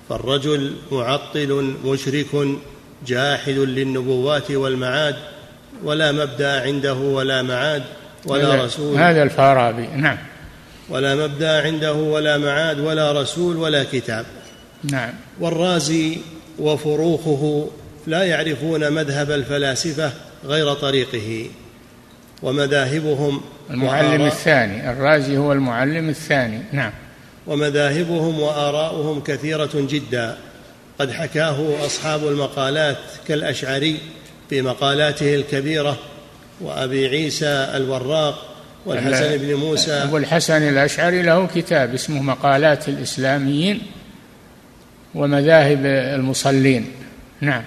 فالرجل معطل مشرك جاحد للنبوات والمعاد، ولا مبدأ عنده ولا معاد ولا رسول. هذا الفارابي. نعم. ولا مبدأ عنده ولا معاد ولا رسول ولا كتاب. نعم. والرازي وفروخه لا يعرفون مذهب الفلاسفة غير طريقه، ومذاهبهم المعلم الثاني. الرازي هو المعلم الثاني. نعم. ومذاهبهم وآراؤهم كثيرة جدا، قد حكاه أصحاب المقالات كالأشعري في مقالاته الكبيرة، وأبي عيسى الوراق، والحسن بن موسى. أبو الحسن الأشعري له كتاب اسمه مقالات الإسلاميين ومذاهب المصلين. نعم.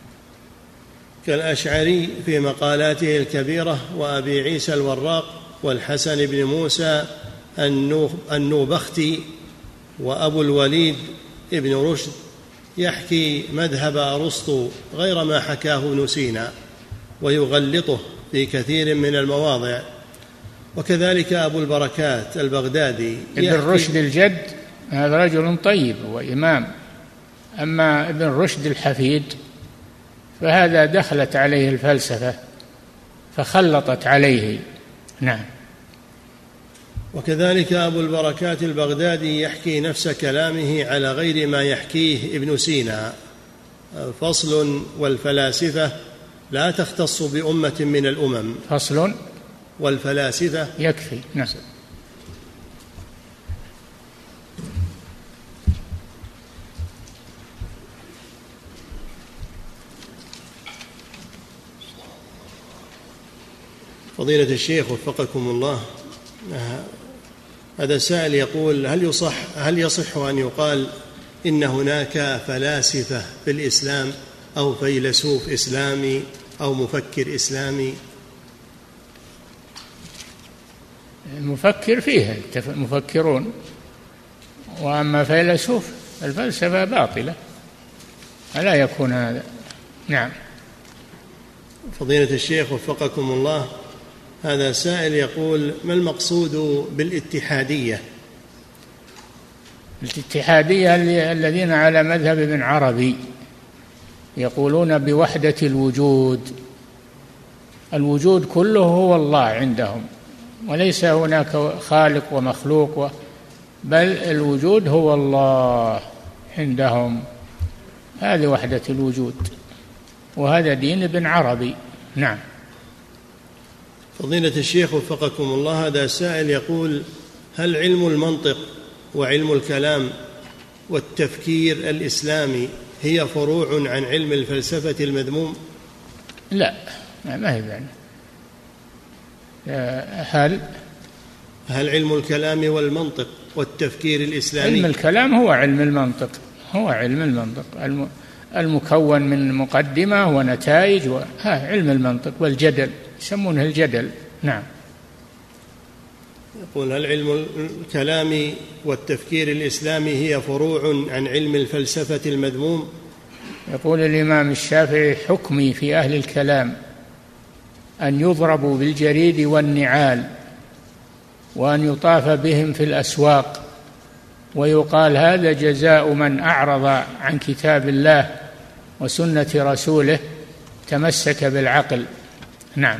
كالأشعري في مقالاته الكبيرة، وأبي عيسى الوراق، والحسن بن موسى النوبختي، وأبو الوليد ابن رشد يحكي مذهب أرسطو غير ما حكاه ابن سينا ويغلطه في كثير من المواضع. وكذلك أبو البركات البغدادي ابن رشد الجد هذا رجل طيب وإمام، أما ابن رشد الحفيد فهذا دخلت عليه الفلسفة فخلطت عليه. نعم. وكذلك أبو البركات البغدادي يحكي نفس كلامه على غير ما يحكيه ابن سينا. فصل: والفلاسفة لا تختص بأمة من الأمم. فصل: والفلاسفة يكفي. نعم. فضيلة الشيخ وفقكم الله، هذا سائل يقول: هل يصح هل يصح أن يقال إن هناك فلاسفة في الإسلام أو فيلسوف إسلامي أو مفكر إسلامي؟ المفكر فيه مفكرون، وأما فيلسوف الفلسفة باطلة، ألا يكون هذا. نعم. فضيلة الشيخ وفقكم الله، هذا سائل يقول: ما المقصود بالاتحادية؟ الاتحادية الذين على مذهب ابن عربي يقولون بوحدة الوجود. الوجود كله هو الله عندهم، وليس هناك خالق ومخلوق، بل الوجود هو الله عندهم. هذه وحدة الوجود، وهذا دين ابن عربي. نعم. فضيلة الشيخ وفقكم الله، هذا سائل يقول: هل علم المنطق وعلم الكلام والتفكير الإسلامي هي فروع عن علم الفلسفة المذموم؟ لا، ما هي يعني. هل هل علم الكلام والمنطق والتفكير الإسلامي؟ علم الكلام هو علم المنطق، هو علم المنطق المكون من مقدمة ونتائج، وها علم المنطق والجدل يسمونه الجدل. نعم. يقول: هل علم الكلام والتفكير الإسلامي هي فروع عن علم الفلسفة المذموم؟ يقول الإمام الشافعي: حكمي في أهل الكلام أن يضربوا بالجريد والنعال، وأن يطاف بهم في الأسواق، ويقال هذا جزاء من أعرض عن كتاب الله وسنة رسوله تمسك بالعقل. نعم.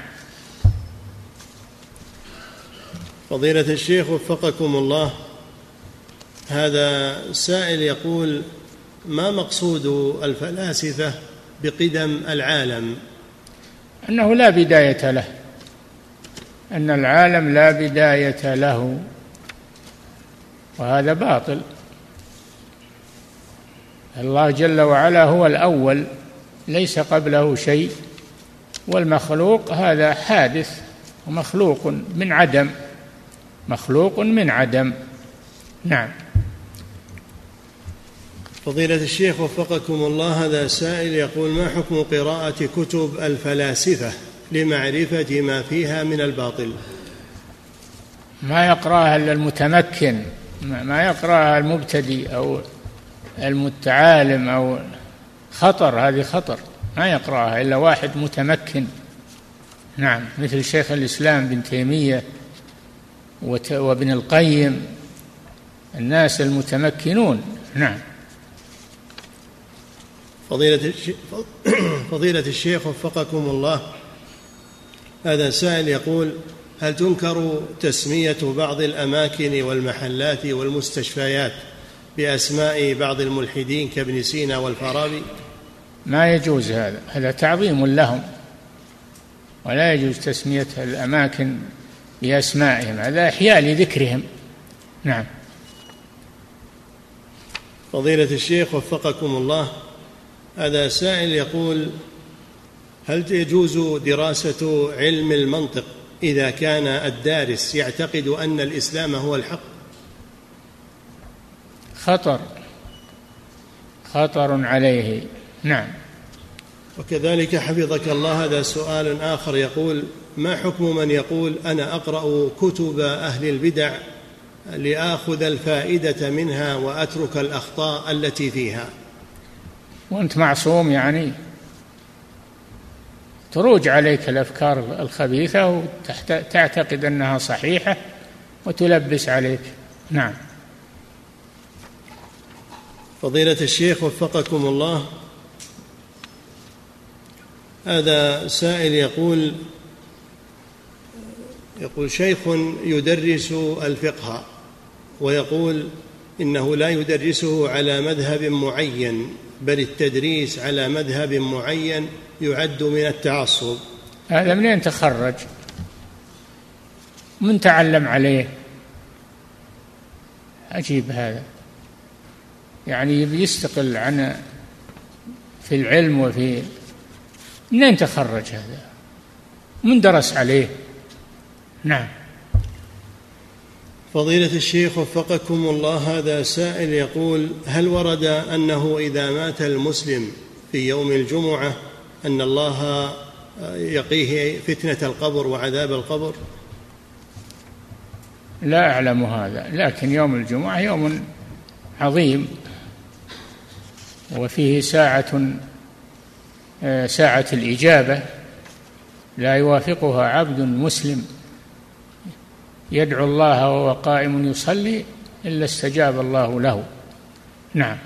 فضيلة الشيخ وفقكم الله، هذا سائل يقول: ما مقصود الفلاسفة بقدم العالم؟ أنه لا بداية له، أن العالم لا بداية له، وهذا باطل. الله جل وعلا هو الأول، ليس قبله شيء، والمخلوق هذا حادث ومخلوق من عدم، مخلوق من عدم. نعم. فضيلة الشيخ وفقكم الله، هذا سائل يقول: ما حكم قراءة كتب الفلاسفة لمعرفة ما فيها من الباطل؟ ما يقرأها إلا المتمكن، ما يقرأها المبتدئ أو المتعالم، أو خطر، هذه خطر، ما يقرأها إلا واحد متمكن. نعم، مثل شيخ الإسلام بن تيمية وابن القيم، الناس المتمكنون. نعم. فضيلة الشيخ, فضيلة الشيخ وفقكم الله، هذا سائل يقول: هل تنكر تسمية بعض الأماكن والمحلات والمستشفيات بأسماء بعض الملحدين كابن سينا والفارابي؟ ما يجوز هذا، هذا تعظيم لهم، ولا يجوز تسمية الأماكن بأسمائهم، هذا إحياء لذكرهم. نعم. فضيلة الشيخ وفقكم الله، هذا سائل يقول: هل يجوز دراسة علم المنطق إذا كان الدارس يعتقد أن الإسلام هو الحق؟ خطر خطر عليه. نعم. وكذلك حفظك الله، هذا سؤال آخر يقول: ما حكم من يقول أنا أقرأ كتب أهل البدع لآخذ الفائدة منها وأترك الأخطاء التي فيها؟ وأنت معصوم يعني؟ تروج عليك الأفكار الخبيثة وتعتقد أنها صحيحة وتلبس عليك. نعم. فضيلة الشيخ وفقكم الله، هذا سائل يقول يقول شيخ يدرس الفقه ويقول إنه لا يدرسه على مذهب معين، بل التدريس على مذهب معين يعد من التعصب. هذا منين تخرج؟ من تعلم عليه؟ عجيب هذا، يعني يستقل عن في العلم وفي منين تخرج هذا؟ من درس عليه؟ نعم. فضيلة الشيخ وفقكم الله، هذا سائل يقول: هل ورد أنه إذا مات المسلم في يوم الجمعة أن الله يقيه فتنة القبر وعذاب القبر؟ لا أعلم هذا، لكن يوم الجمعة يوم عظيم وفيه ساعة ساعة الإجابة لا يوافقها عبد مسلم يدعو الله وهو قائم يصلي إلا استجاب الله له. نعم.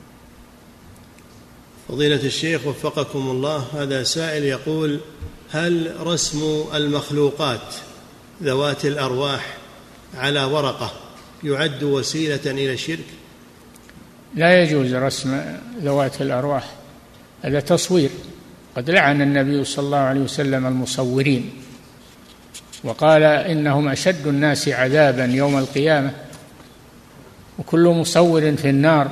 فضيلة الشيخ وفقكم الله، هذا سائل يقول: هل رسم المخلوقات ذوات الأرواح على ورقة يعد وسيلة إلى الشرك؟ لا يجوز رسم ذوات الأرواح، هذا تصوير. قد لعن النبي صلى الله عليه وسلم المصورين وقال إنهم أشد الناس عذابا يوم القيامة، وكل مصور في النار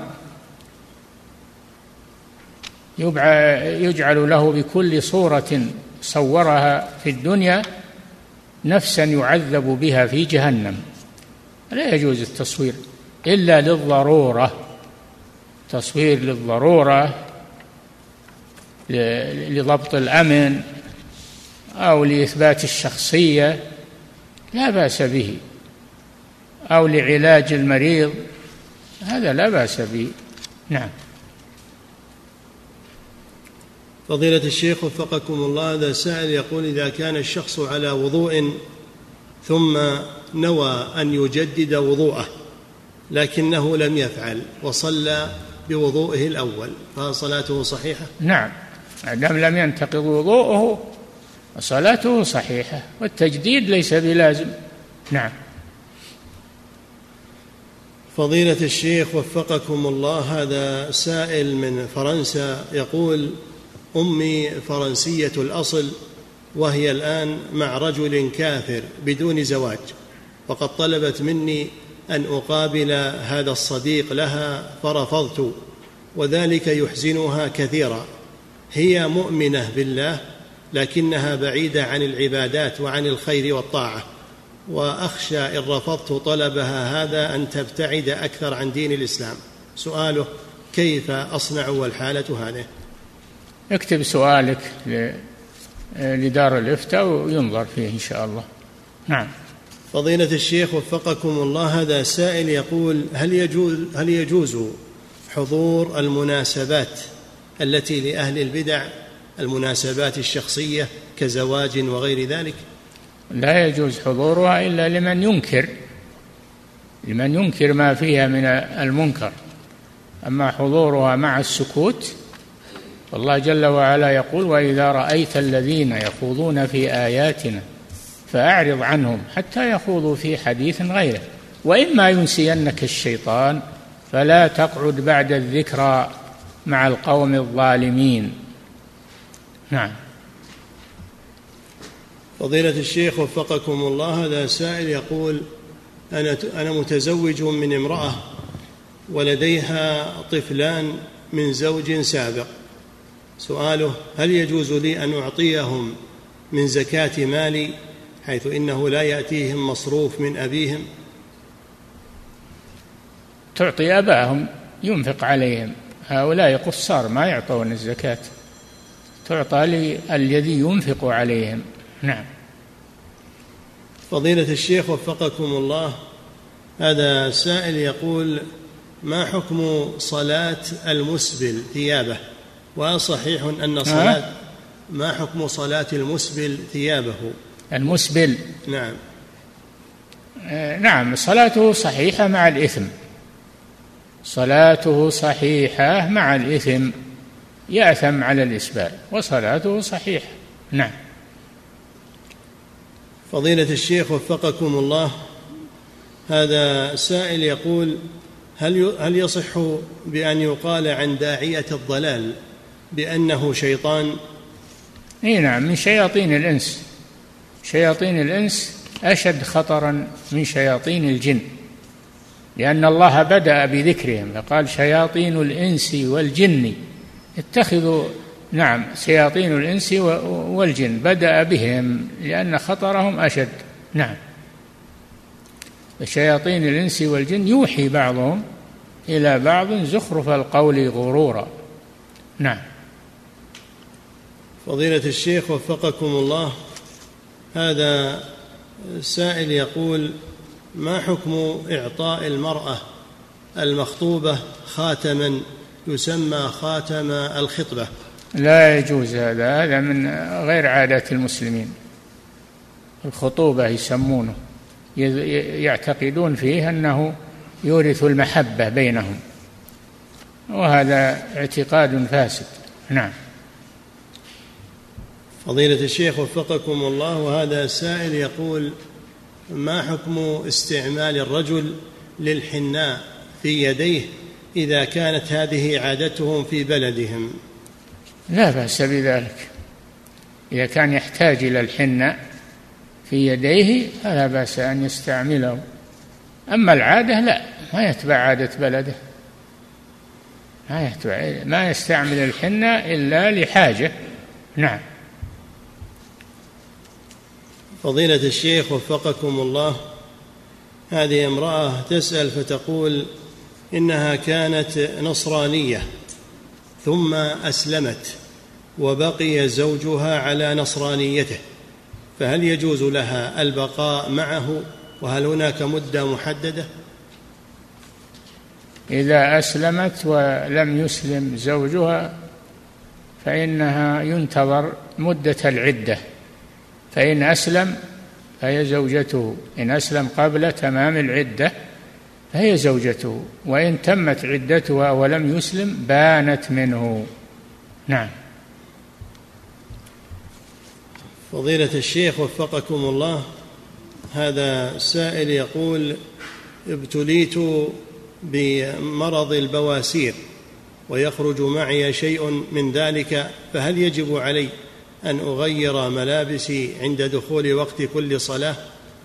يجعل له بكل صورة صورها في الدنيا نفسا يعذب بها في جهنم. لا يجوز التصوير إلا للضرورة، تصوير للضرورة لضبط الأمن أو لإثبات الشخصية لا بأس به، أو لعلاج المريض، هذا لا بأس به. نعم. فضيلة الشيخ وفقكم الله، هذا سائل يقول: إذا كان الشخص على وضوء ثم نوى أن يجدد وضوءه لكنه لم يفعل وصلى بوضوءه الأول، فصلاته صحيحة؟ نعم، ما دام لم ينتقض وضوءه صلاته صحيحة، والتجديد ليس بلازم. نعم. فضيلة الشيخ وفقكم الله، هذا سائل من فرنسا يقول: أمي فرنسية الأصل وهي الآن مع رجل كافر بدون زواج، وقد طلبت مني أن أقابل هذا الصديق لها فرفضت، وذلك يحزنها كثيرا. هي مؤمنة بالله لكنها بعيدة عن العبادات وعن الخير والطاعة، وأخشى إن رفضت طلبها هذا أن تبتعد أكثر عن دين الإسلام. سؤاله: كيف أصنع والحالة هذه؟ اكتب سؤالك لدار الإفتاء وينظر فيه إن شاء الله. نعم. فضيلة الشيخ وفقكم الله، هذا سائل يقول: هل يجوز, هل يجوز حضور المناسبات التي لأهل البدع، المناسبات الشخصية كزواج وغير ذلك؟ لا يجوز حضورها إلا لمن ينكر لمن ينكر ما فيها من المنكر، أما حضورها مع السكوت والله جل وعلا يقول: وإذا رأيت الذين يخوضون في آياتنا فأعرض عنهم حتى يخوضوا في حديث غيره وإما ينسينك الشيطان فلا تقعد بعد الذكرى مع القوم الظالمين. نعم. فضيلة الشيخ وفقكم الله، هذا سائل يقول: أنا أنا متزوج من امرأة ولديها طفلان من زوج سابق. سؤاله: هل يجوز لي أن أعطيهم من زكاة مالي حيث إنه لا يأتيهم مصروف من أبيهم؟ تعطي أباهم ينفق عليهم، هؤلاء قصار ما يعطون الزكاة، تعطى للذي ينفق عليهم. نعم. فضيلة الشيخ وفقكم الله، هذا سائل يقول: ما حكم صلاة المسبل ثيابه؟ وصحيح أن صلاة ما حكم صلاة المسبل ثيابه؟ المسبل نعم. آه نعم، صلاته صحيحة مع الإثم، صلاته صحيحة مع الإثم، يأثم على الإسبال وصلاته صحيحة. نعم. فضيلة الشيخ وفقكم الله، هذا سائل يقول: هل هل يصح بأن يقال عن داعية الضلال بأنه شيطان؟ إيه نعم، من شياطين الإنس. شياطين الإنس أشد خطرا من شياطين الجن، لأن الله بدأ بذكرهم فقال: شياطين الإنس والجن اتخذوا. نعم، شياطين الإنس والجن بدأ بهم لأن خطرهم أشد. نعم. شياطين الإنس والجن يوحي بعضهم إلى بعض زخرف القول غرورا. نعم. فضيلة الشيخ وفقكم الله، هذا سائل يقول: ما حكم إعطاء المرأة المخطوبة خاتما يسمى خاتم الخطبة؟ لا يجوز هذا، هذا من غير عادة المسلمين. الخطوبة يسمونه، يعتقدون فيه أنه يورث المحبة بينهم، وهذا اعتقاد فاسد. نعم. فضيلة الشيخ وفقكم الله، وهذا سائل يقول: ما حكم استعمال الرجل للحناء في يديه إذا كانت هذه عادتهم في بلدهم؟ لا بأس بذلك، إذا كان يحتاج إلى الحناء في يديه فلا بأس أن يستعمله، أما العادة لا، ما يتبع عادة بلده، ما يتبع، ما يستعمل الحناء إلا لحاجة. نعم. فضيلة الشيخ وفقكم الله، هذه امرأة تسأل فتقول إنها كانت نصرانية ثم أسلمت وبقي زوجها على نصرانيته، فهل يجوز لها البقاء معه؟ وهل هناك مدة محددة؟ إذا أسلمت ولم يسلم زوجها فإنها ينتظر مدة العدة، فإن أسلم فهي زوجته، إن أسلم قبل تمام العدة فهي زوجته، وإن تمت عدتها ولم يسلم بانت منه. نعم. فضيلة الشيخ وفقكم الله، هذا سائل يقول: ابتليت بمرض البواسير ويخرج معي شيء من ذلك، فهل يجب علي أن أغير ملابسي عند دخول وقت كل صلاة؟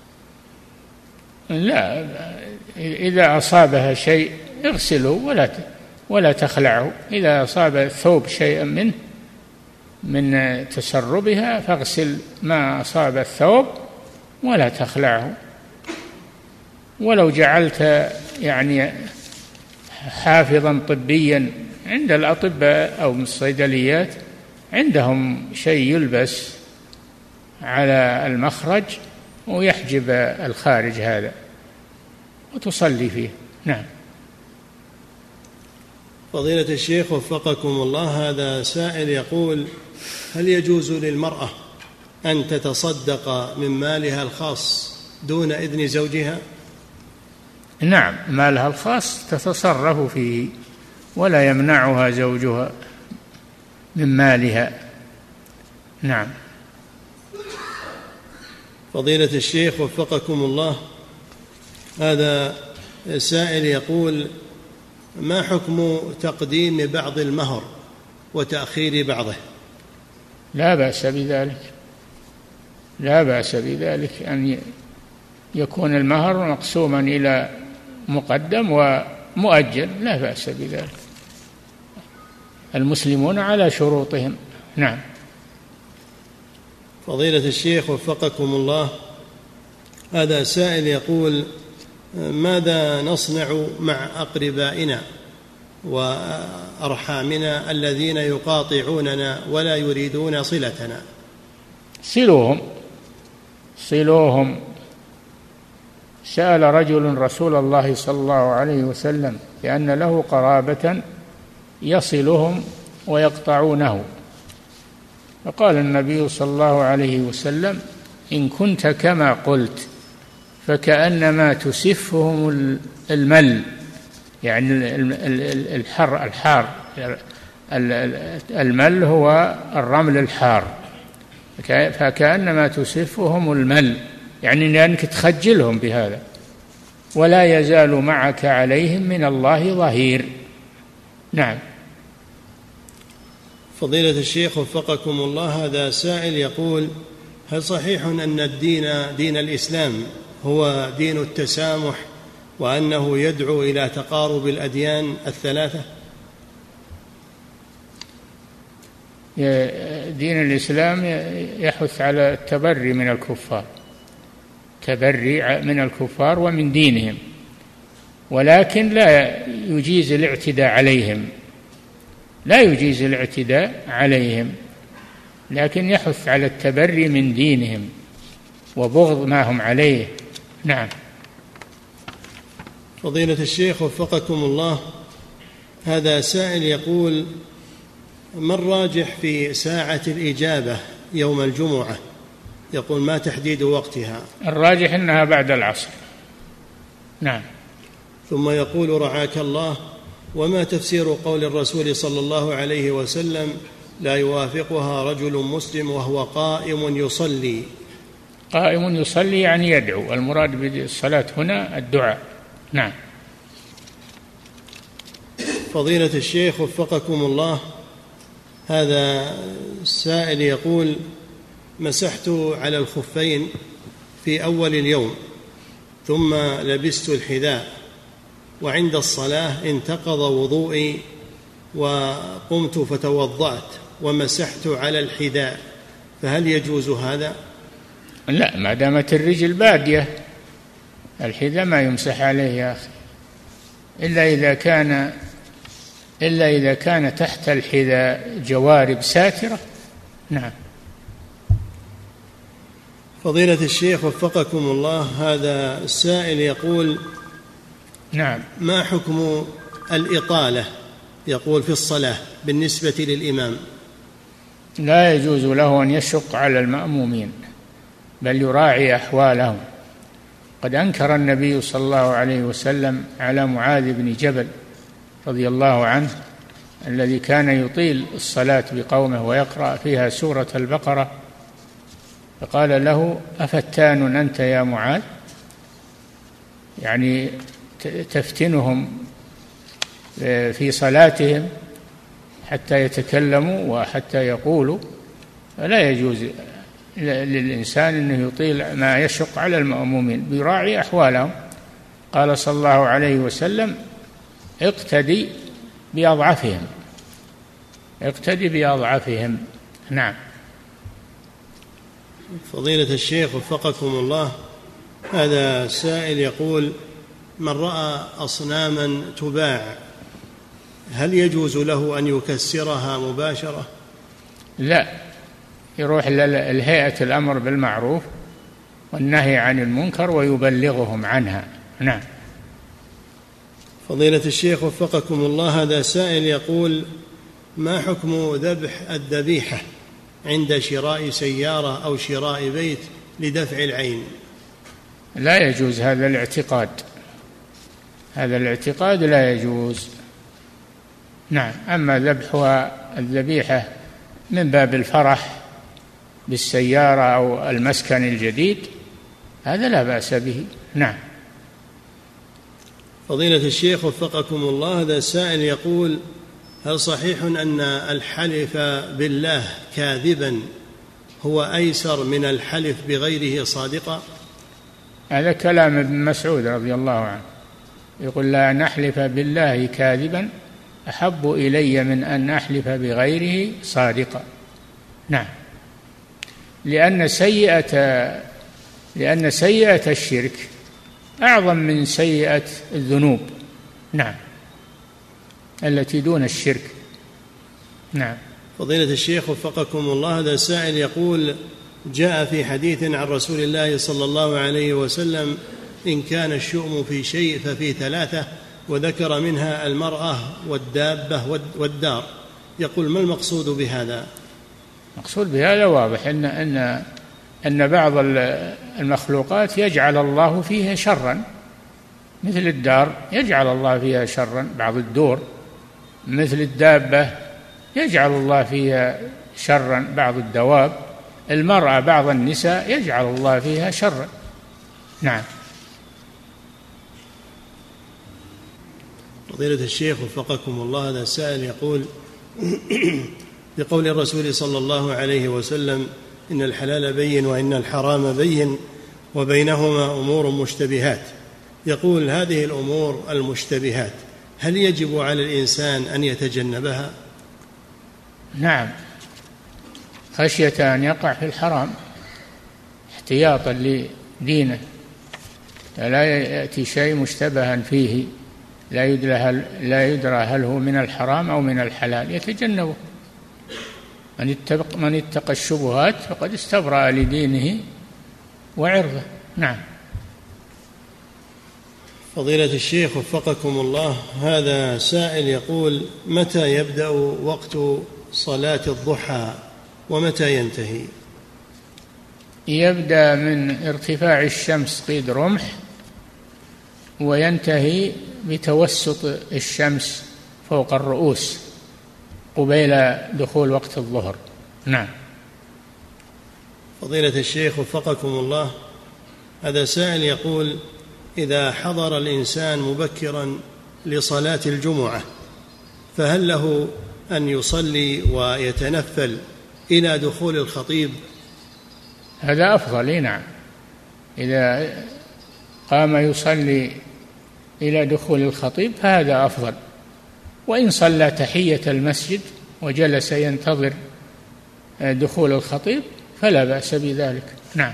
لا، إذا أصابها شيء اغسله ولا ولا تخلعه، إذا أصاب الثوب شيئا منه من تسربها فاغسل ما أصاب الثوب ولا تخلعه. ولو جعلت يعني حافظا طبيا عند الأطباء أو الصيدليات عندهم شيء يلبس على المخرج ويحجب الخارج هذا وتصلي فيه. نعم. فضيلة الشيخ وفقكم الله، هذا سائل يقول: هل يجوز للمرأة أن تتصدق من مالها الخاص دون إذن زوجها؟ نعم، مالها الخاص تتصرف فيه ولا يمنعها زوجها من مالها. نعم. فضيلة الشيخ وفقكم الله، هذا سائل يقول: ما حكم تقديم بعض المهر وتأخير بعضه؟ لا بأس بذلك، لا بأس بذلك أن يكون المهر مقسوما إلى مقدم ومؤجل، لا بأس بذلك، المسلمون على شروطهم. نعم. فضيلة الشيخ وفقكم الله، هذا سائل يقول: ماذا نصنع مع أقربائنا وأرحامنا الذين يقاطعوننا ولا يريدون صلتنا؟ صلوهم صلوهم سأل رجل رسول الله صلى الله عليه وسلم لأن له قرابة يصلهم ويقطعونه، فقال النبي صلى الله عليه وسلم: إن كنت كما قلت فكأنما تسفهم المل، يعني الحر الحار المل هو الرمل الحار، فكأنما تسفهم المل، يعني لأنك تخجلهم بهذا، ولا يزال معك عليهم من الله ظهير. نعم. فضيلة الشيخ وفقكم الله، هذا سائل يقول: هل صحيح أن الدين دين الإسلام هو دين التسامح وأنه يدعو إلى تقارب الأديان الثلاثة؟ دين الإسلام يحث على التبري من الكفار، تبري من الكفار ومن دينهم، ولكن لا يجيز الاعتداء عليهم، لا يجيز الاعتداء عليهم، لكن يحث على التبري من دينهم وبغض ما هم عليه. نعم. فضيلة الشيخ وفقكم الله، هذا سائل يقول: ما الراجح في ساعة الإجابة يوم الجمعة؟ يقول: ما تحديد وقتها؟ الراجح أنها بعد العصر. نعم. ثم يقول: رعاك الله، وما تفسير قول الرسول صلى الله عليه وسلم: لا يوافقها رجل مسلم وهو قائم يصلي؟ قائم يصلي يعني يدعو، المراد بالصلاة هنا الدعاء. نعم. فضيلة الشيخ وفقكم الله، هذا السائل يقول: مسحت على الخفين في أول اليوم ثم لبست الحذاء، وعند الصلاة انتقض وضوئي وقمت فتوضأت ومسحت على الحذاء، فهل يجوز هذا؟ لا، ما دامت الرجل بادية الحذاء ما يمسح عليه يا أخي، إلا إذا كان إلا إذا كان تحت الحذاء جوارب ساترة. نعم. فضيلة الشيخ وفقكم الله، هذا السائل يقول: نعم. ما حكم الإطالة يقول في الصلاة بالنسبة للإمام؟ لا يجوز له أن يشق على المأمومين، بل يراعي أحوالهم. قد أنكر النبي صلى الله عليه وسلم على معاذ بن جبل رضي الله عنه الذي كان يطيل الصلاة بقومه ويقرأ فيها سورة البقرة، فقال له: أفتان أنت يا معاذ؟ يعني تفتنهم في صلاتهم حتى يتكلموا وحتى يقولوا، فلا يجوز للإنسان أنه يطيل ما يشق على المأمومين، بيراعي أحوالهم. قال صلى الله عليه وسلم: اقتدي بأضعفهم، اقتدي بأضعفهم. نعم. فضيلة الشيخ وفقكم الله، هذا سائل يقول: من رأى أصناما تباع هل يجوز له أن يكسرها مباشرة؟ لا، يروح للهيئة الأمر بالمعروف والنهي عن المنكر ويبلغهم عنها. نعم. فضيلة الشيخ وفقكم الله، هذا سائل يقول: ما حكم ذبح الذبيحة عند شراء سيارة أو شراء بيت لدفع العين؟ لا يجوز هذا الاعتقاد، هذا الاعتقاد لا يجوز. نعم. أما ذبحها الذبيحة من باب الفرح بالسيارة أو المسكن الجديد هذا لا بأس به. نعم. فضيلة الشيخ وفقكم الله، هذا سائل يقول: هل صحيح أن الحلف بالله كاذبا هو أيسر من الحلف بغيره صادقا؟ هذا كلام ابن مسعود رضي الله عنه، يقول: لا نحلف بالله كاذبا أحب إلي من أن أحلف بغيره صادقا. نعم. لأن سيئة لأن سيئة الشرك أعظم من سيئة الذنوب. نعم. التي دون الشرك. نعم. فضيلة الشيخ وفقكم الله، هذا سائل يقول: جاء في حديث عن رسول الله صلى الله عليه وسلم: إن كان الشؤم في شيء ففي ثلاثة، وذكر منها المرأة والدابة والدار. يقول: ما المقصود بهذا؟ المقصود بهذا واضح، إن أن أن بعض المخلوقات يجعل الله فيها شرا، مثل الدار يجعل الله فيها شرا، بعض الدور، مثل الدابة يجعل الله فيها شرا، بعض الدواب، المرأة بعض النساء يجعل الله فيها شرا. نعم. فضيلة الشيخ وفقكم الله، هذا السائل يقول: بقول الرسول صلى الله عليه وسلم: إن الحلال بين وإن الحرام بين وبينهما أمور مشتبهات، يقول: هذه الأمور المشتبهات هل يجب على الإنسان أن يتجنبها؟ نعم، خشية أن يقع في الحرام احتياطا لدينه، لا يأتي شيء مشتبها فيه لا يدرى هل, لا يدرى هل هو من الحرام أو من الحلال، يتجنبه. من اتقى, من اتقى الشبهات فقد استبرأ لدينه وعرضه. نعم. فضيلة الشيخ وفقكم الله، هذا سائل يقول: متى يبدأ وقت صلاة الضحى ومتى ينتهي؟ يبدأ من ارتفاع الشمس قيد رمح وينتهي بتوسط الشمس فوق الرؤوس قبيل دخول وقت الظهر. نعم. فضيلة الشيخ وفقكم الله، هذا سائل يقول: إذا حضر الإنسان مبكرا لصلاة الجمعة فهل له أن يصلي ويتنفل إلى دخول الخطيب؟ هذا أفضل. نعم، إذا قام يصلي إلى دخول الخطيب فهذا أفضل، وإن صلى تحية المسجد وجلس ينتظر دخول الخطيب فلا بأس بذلك. نعم.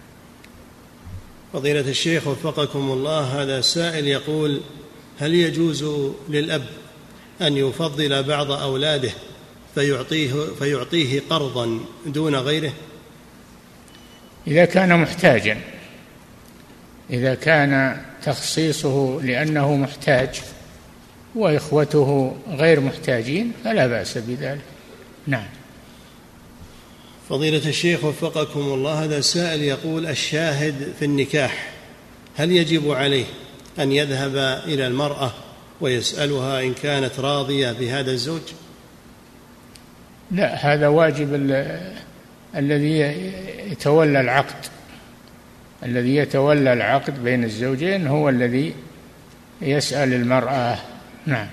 فضيلة الشيخ وفقكم الله، هذا سائل يقول: هل يجوز للأب أن يفضل بعض أولاده فيعطيه, فيعطيه قرضا دون غيره؟ إذا كان محتاجا، إذا كان تخصيصه لأنه محتاج وإخوته غير محتاجين فلا بأس بذلك. نعم. فضيلة الشيخ وفقكم الله، هذا سائل يقول: الشاهد في النكاح هل يجب عليه أن يذهب إلى المرأة ويسألها إن كانت راضية بهذا الزوج؟ لا، هذا واجب الذي يتولى العقد، الذي يتولى العقد بين الزوجين هو الذي يسأل المرأة. نعم.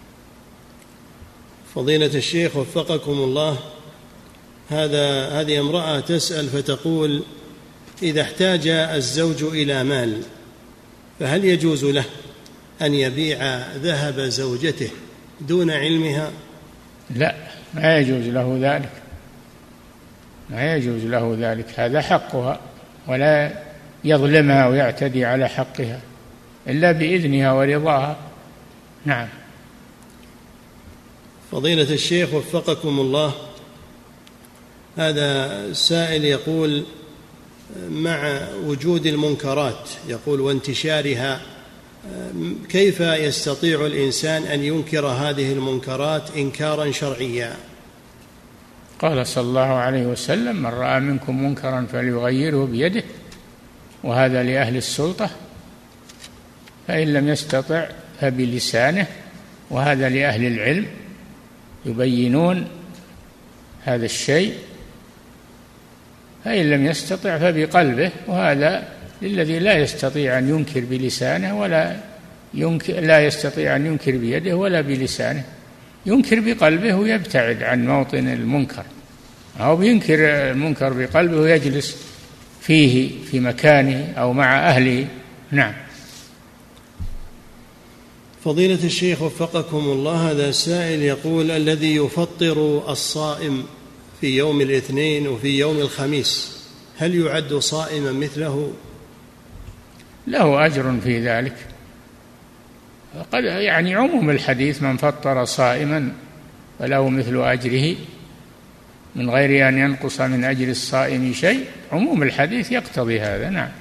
فضيلة الشيخ وفقكم الله، هذا هذه امرأة تسأل فتقول: إذا احتاج الزوج إلى مال فهل يجوز له أن يبيع ذهب زوجته دون علمها؟ لا، ما يجوز له ذلك، ما يجوز له ذلك، هذا حقها، ولا يظلمها ويعتدي على حقها إلا بإذنها ورضاها. نعم. فضيلة الشيخ وفقكم الله، هذا سائل يقول: مع وجود المنكرات يقول وانتشارها كيف يستطيع الإنسان أن ينكر هذه المنكرات إنكارا شرعيا؟ قال صلى الله عليه وسلم: من رأى منكم منكرا فليغيره بيده، وهذا لأهل السلطة، فإن لم يستطع فبلسانه، وهذا لأهل العلم، يبينون هذا الشيء، فإن لم يستطع فبقلبه، وهذا للذي لا يستطيع أن ينكر بلسانه ولا ينكر لا يستطيع أن ينكر بيده ولا بلسانه، ينكر بقلبه ويبتعد عن موطن المنكر، أو ينكر المنكر بقلبه ويجلس فيه في مكانه أو مع أهله. نعم. فضيلة الشيخ وفقكم الله، هذا سائل يقول: الذي يفطر الصائم في يوم الاثنين وفي يوم الخميس هل يعد صائما مثله؟ له أجر في ذلك، قد يعني عموم الحديث: من فطر صائما فله مثل أجره من غير أن ينقص من أجر الصائم شيء، عموم الحديث يقتضي هذا. نعم.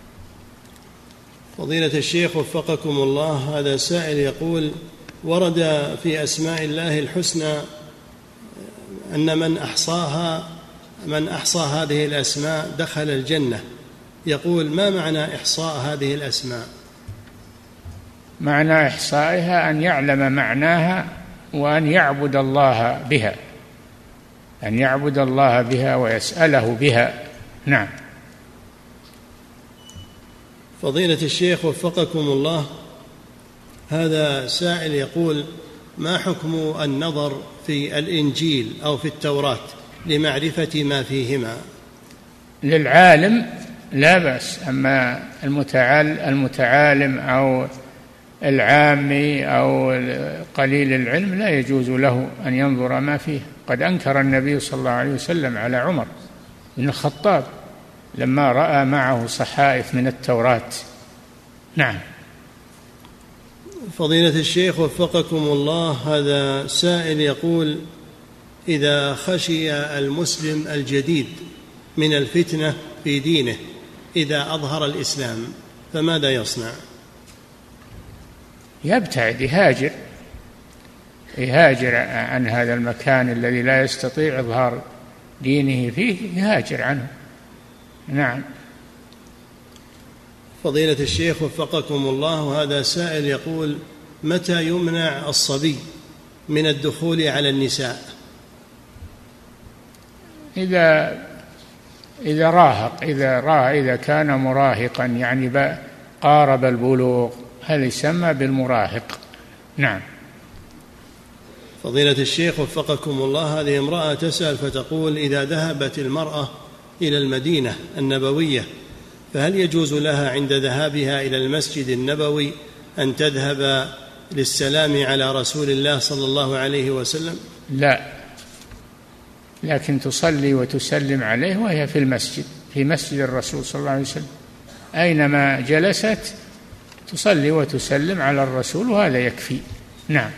فضيلة الشيخ وفقكم الله، هذا سائل يقول: ورد في أسماء الله الحسنى أن من أحصاها من أحصى هذه الأسماء دخل الجنة، يقول: ما معنى إحصاء هذه الأسماء؟ معنى إحصائها أن يعلم معناها وأن يعبد الله بها، أن يعبد الله بها ويسأله بها. نعم. فضيلة الشيخ وفقكم الله، هذا سائل يقول: ما حكم النظر في الإنجيل أو في التوراة لمعرفة ما فيهما؟ للعالم لا بأس، أما المتعالم أو العامي أو قليل العلم لا يجوز له أن ينظر ما فيه. قد أنكر النبي صلى الله عليه وسلم على عمر بن الخطاب لما رأى معه صحائف من التوراة. نعم. فضيلة الشيخ وفقكم الله، هذا سائل يقول: إذا خشي المسلم الجديد من الفتنة في دينه إذا أظهر الإسلام فماذا يصنع؟ يبتعد، يهاجر يهاجر عن هذا المكان الذي لا يستطيع إظهار دينه فيه، يهاجر عنه. نعم. فضيلة الشيخ وفقكم الله، هذا سائل يقول: متى يمنع الصبي من الدخول على النساء؟ إذا إذا راهق، إذا راه إذا كان مراهقا، يعني قارب البلوغ، هل يسمى بالمراهق. نعم. فضيلة الشيخ وفقكم الله، هذه امرأة تسأل فتقول: إذا ذهبت المرأة إلى المدينة النبوية فهل يجوز لها عند ذهابها إلى المسجد النبوي أن تذهب للسلام على رسول الله صلى الله عليه وسلم؟ لا، لكن تصلي وتسلم عليه وهي في المسجد، في مسجد الرسول صلى الله عليه وسلم، أينما جلست تصلي وتسلم على الرسول، وهذا يكفي. نعم.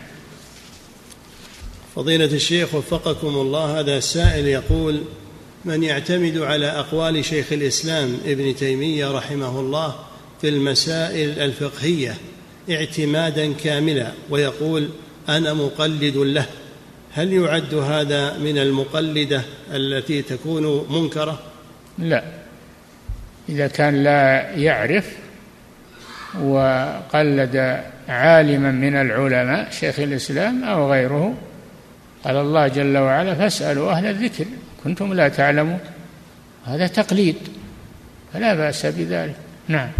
فضيلة الشيخ وفقكم الله، هذا السائل يقول: من يعتمد على أقوال شيخ الإسلام ابن تيمية رحمه الله في المسائل الفقهية اعتمادا كاملا ويقول: أنا مقلد له، هل يعد هذا من المقلدة التي تكون منكرة؟ لا، إذا كان لا يعرف وقلد عالما من العلماء شيخ الإسلام أو غيره، قال الله جل وعلا: فاسألوا أهل الذكر كنتم لا تعلمون، هذا تقليد فلا بأس بذلك. نعم.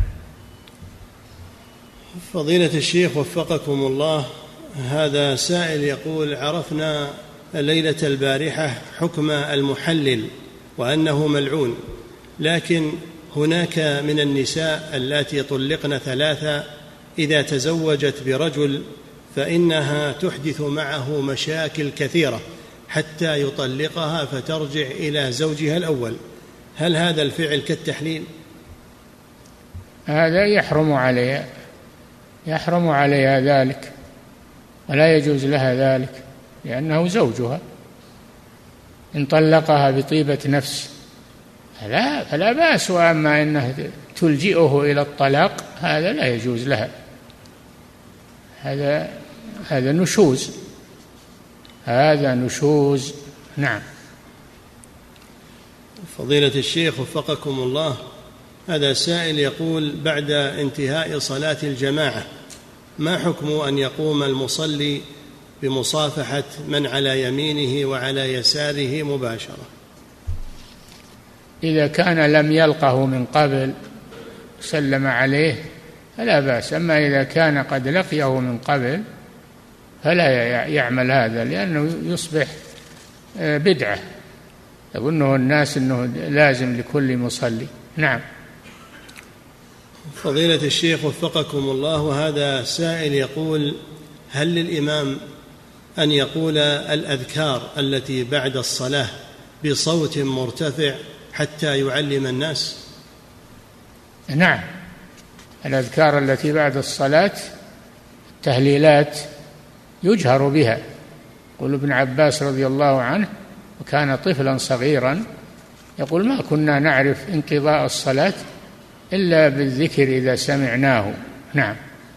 فضيلة الشيخ وفقكم الله، هذا سائل يقول: عرفنا ليلة البارحة حكم المحلل وأنه ملعون، لكن هناك من النساء اللاتي طلقن ثلاثة إذا تزوجت برجل فإنها تحدث معه مشاكل كثيرة حتى يطلقها فترجع إلى زوجها الأول، هل هذا الفعل كالتحليل؟ هذا يحرم عليها يحرم عليها ذلك، ولا يجوز لها ذلك، لأنه زوجها. إن طلقها بطيبة نفس فلا, فلا بأس، وأما إنه تلجئه إلى الطلاق هذا لا يجوز لها، هذا هذا نشوز هذا نشوز. نعم. فضيلة الشيخ وفقكم الله، هذا سائل يقول: بعد انتهاء صلاة الجماعة ما حكم أن يقوم المصلي بمصافحة من على يمينه وعلى يساره مباشرة؟ إذا كان لم يلقه من قبل سلم عليه فلا بأس، أما إذا كان قد لقيه من قبل فلا يعمل هذا، لأنه يصبح بدعة يظنه الناس أنه لازم لكل مصلي. نعم. فضيلة الشيخ وفقكم الله، وهذا سائل يقول: هل للإمام أن يقول الأذكار التي بعد الصلاة بصوت مرتفع حتى يعلم الناس؟ نعم، الأذكار التي بعد الصلاة التهليلات يجهر بها. يقول ابن عباس رضي الله عنه وكان طفلا صغيرا يقول: ما كنا نعرف انقضاء الصلاة إلا بالذكر إذا سمعناه. نعم.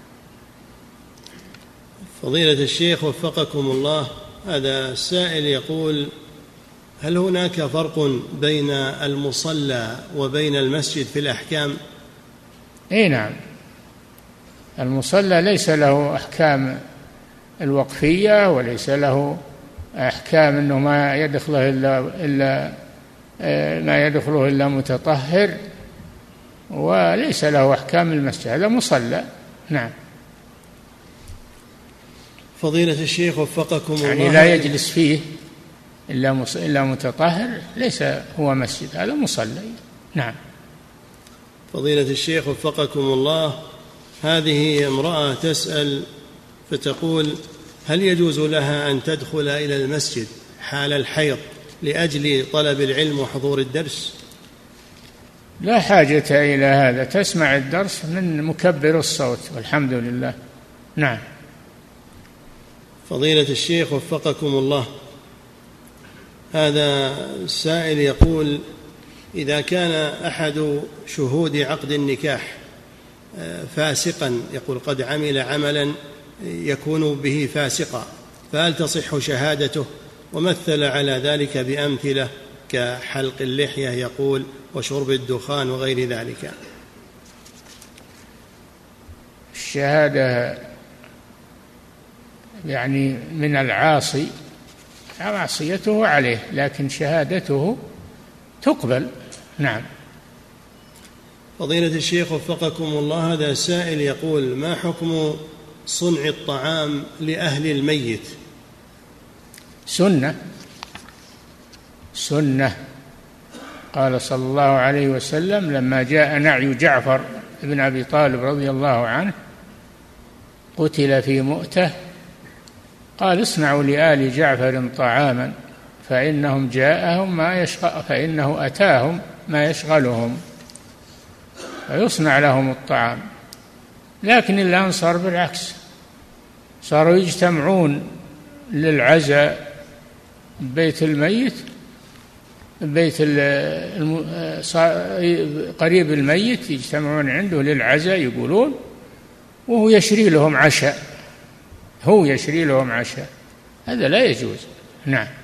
فضيلة الشيخ وفقكم الله، هذا السائل يقول: هل هناك فرق بين المصلى وبين المسجد في الأحكام؟ اي نعم، المصلى ليس له أحكام الوقفية وليس له أحكام أنه ما يدخله إلا, إلا ما يدخله إلا متطهر، وليس له أحكام المسجد، هذا مصلى. نعم. فضيلة الشيخ وفقكم الله، يعني لا يجلس فيه إلا إلا متطهر، ليس هو مسجد، هذا مصلى. نعم. فضيلة الشيخ وفقكم الله، هذه امرأة تسأل فتقول: هل يجوز لها أن تدخل إلى المسجد حال الحيض لأجل طلب العلم وحضور الدرس؟ لا حاجة إلى هذا، تسمع الدرس من مكبر الصوت والحمد لله. نعم. فضيلة الشيخ وفقكم الله، هذا السائل يقول: إذا كان أحد شهود عقد النكاح فاسقا، يقول قد عمل عملا يكون به فاسقا، فهل تصح شهادته؟ ومثل على ذلك بأمثلة كحلق اللحية يقول وشرب الدخان وغير ذلك. الشهادة يعني من العاصي معصيته عليه، لكن شهادته تقبل. نعم. فضيلة الشيخ وفقكم الله، هذا سائل يقول: ما حكم صنع الطعام لأهل الميت؟ سنة سنة قال صلى الله عليه وسلم لما جاء نعي جعفر بن أبي طالب رضي الله عنه قتل في مؤتة، قال: اصنعوا لآل جعفر طعاما فإنهم جاءهم ما يشغل فإنه أتاهم ما يشغلهم، فيصنع لهم الطعام. لكن الآن صار بالعكس، صاروا يجتمعون للعزاء بيت الميت، بيت قريب الميت يجتمعون عنده للعزاء يقولون، وهو يشري لهم عشاء، هو يشري لهم عشاء، هذا لا يجوز. نعم.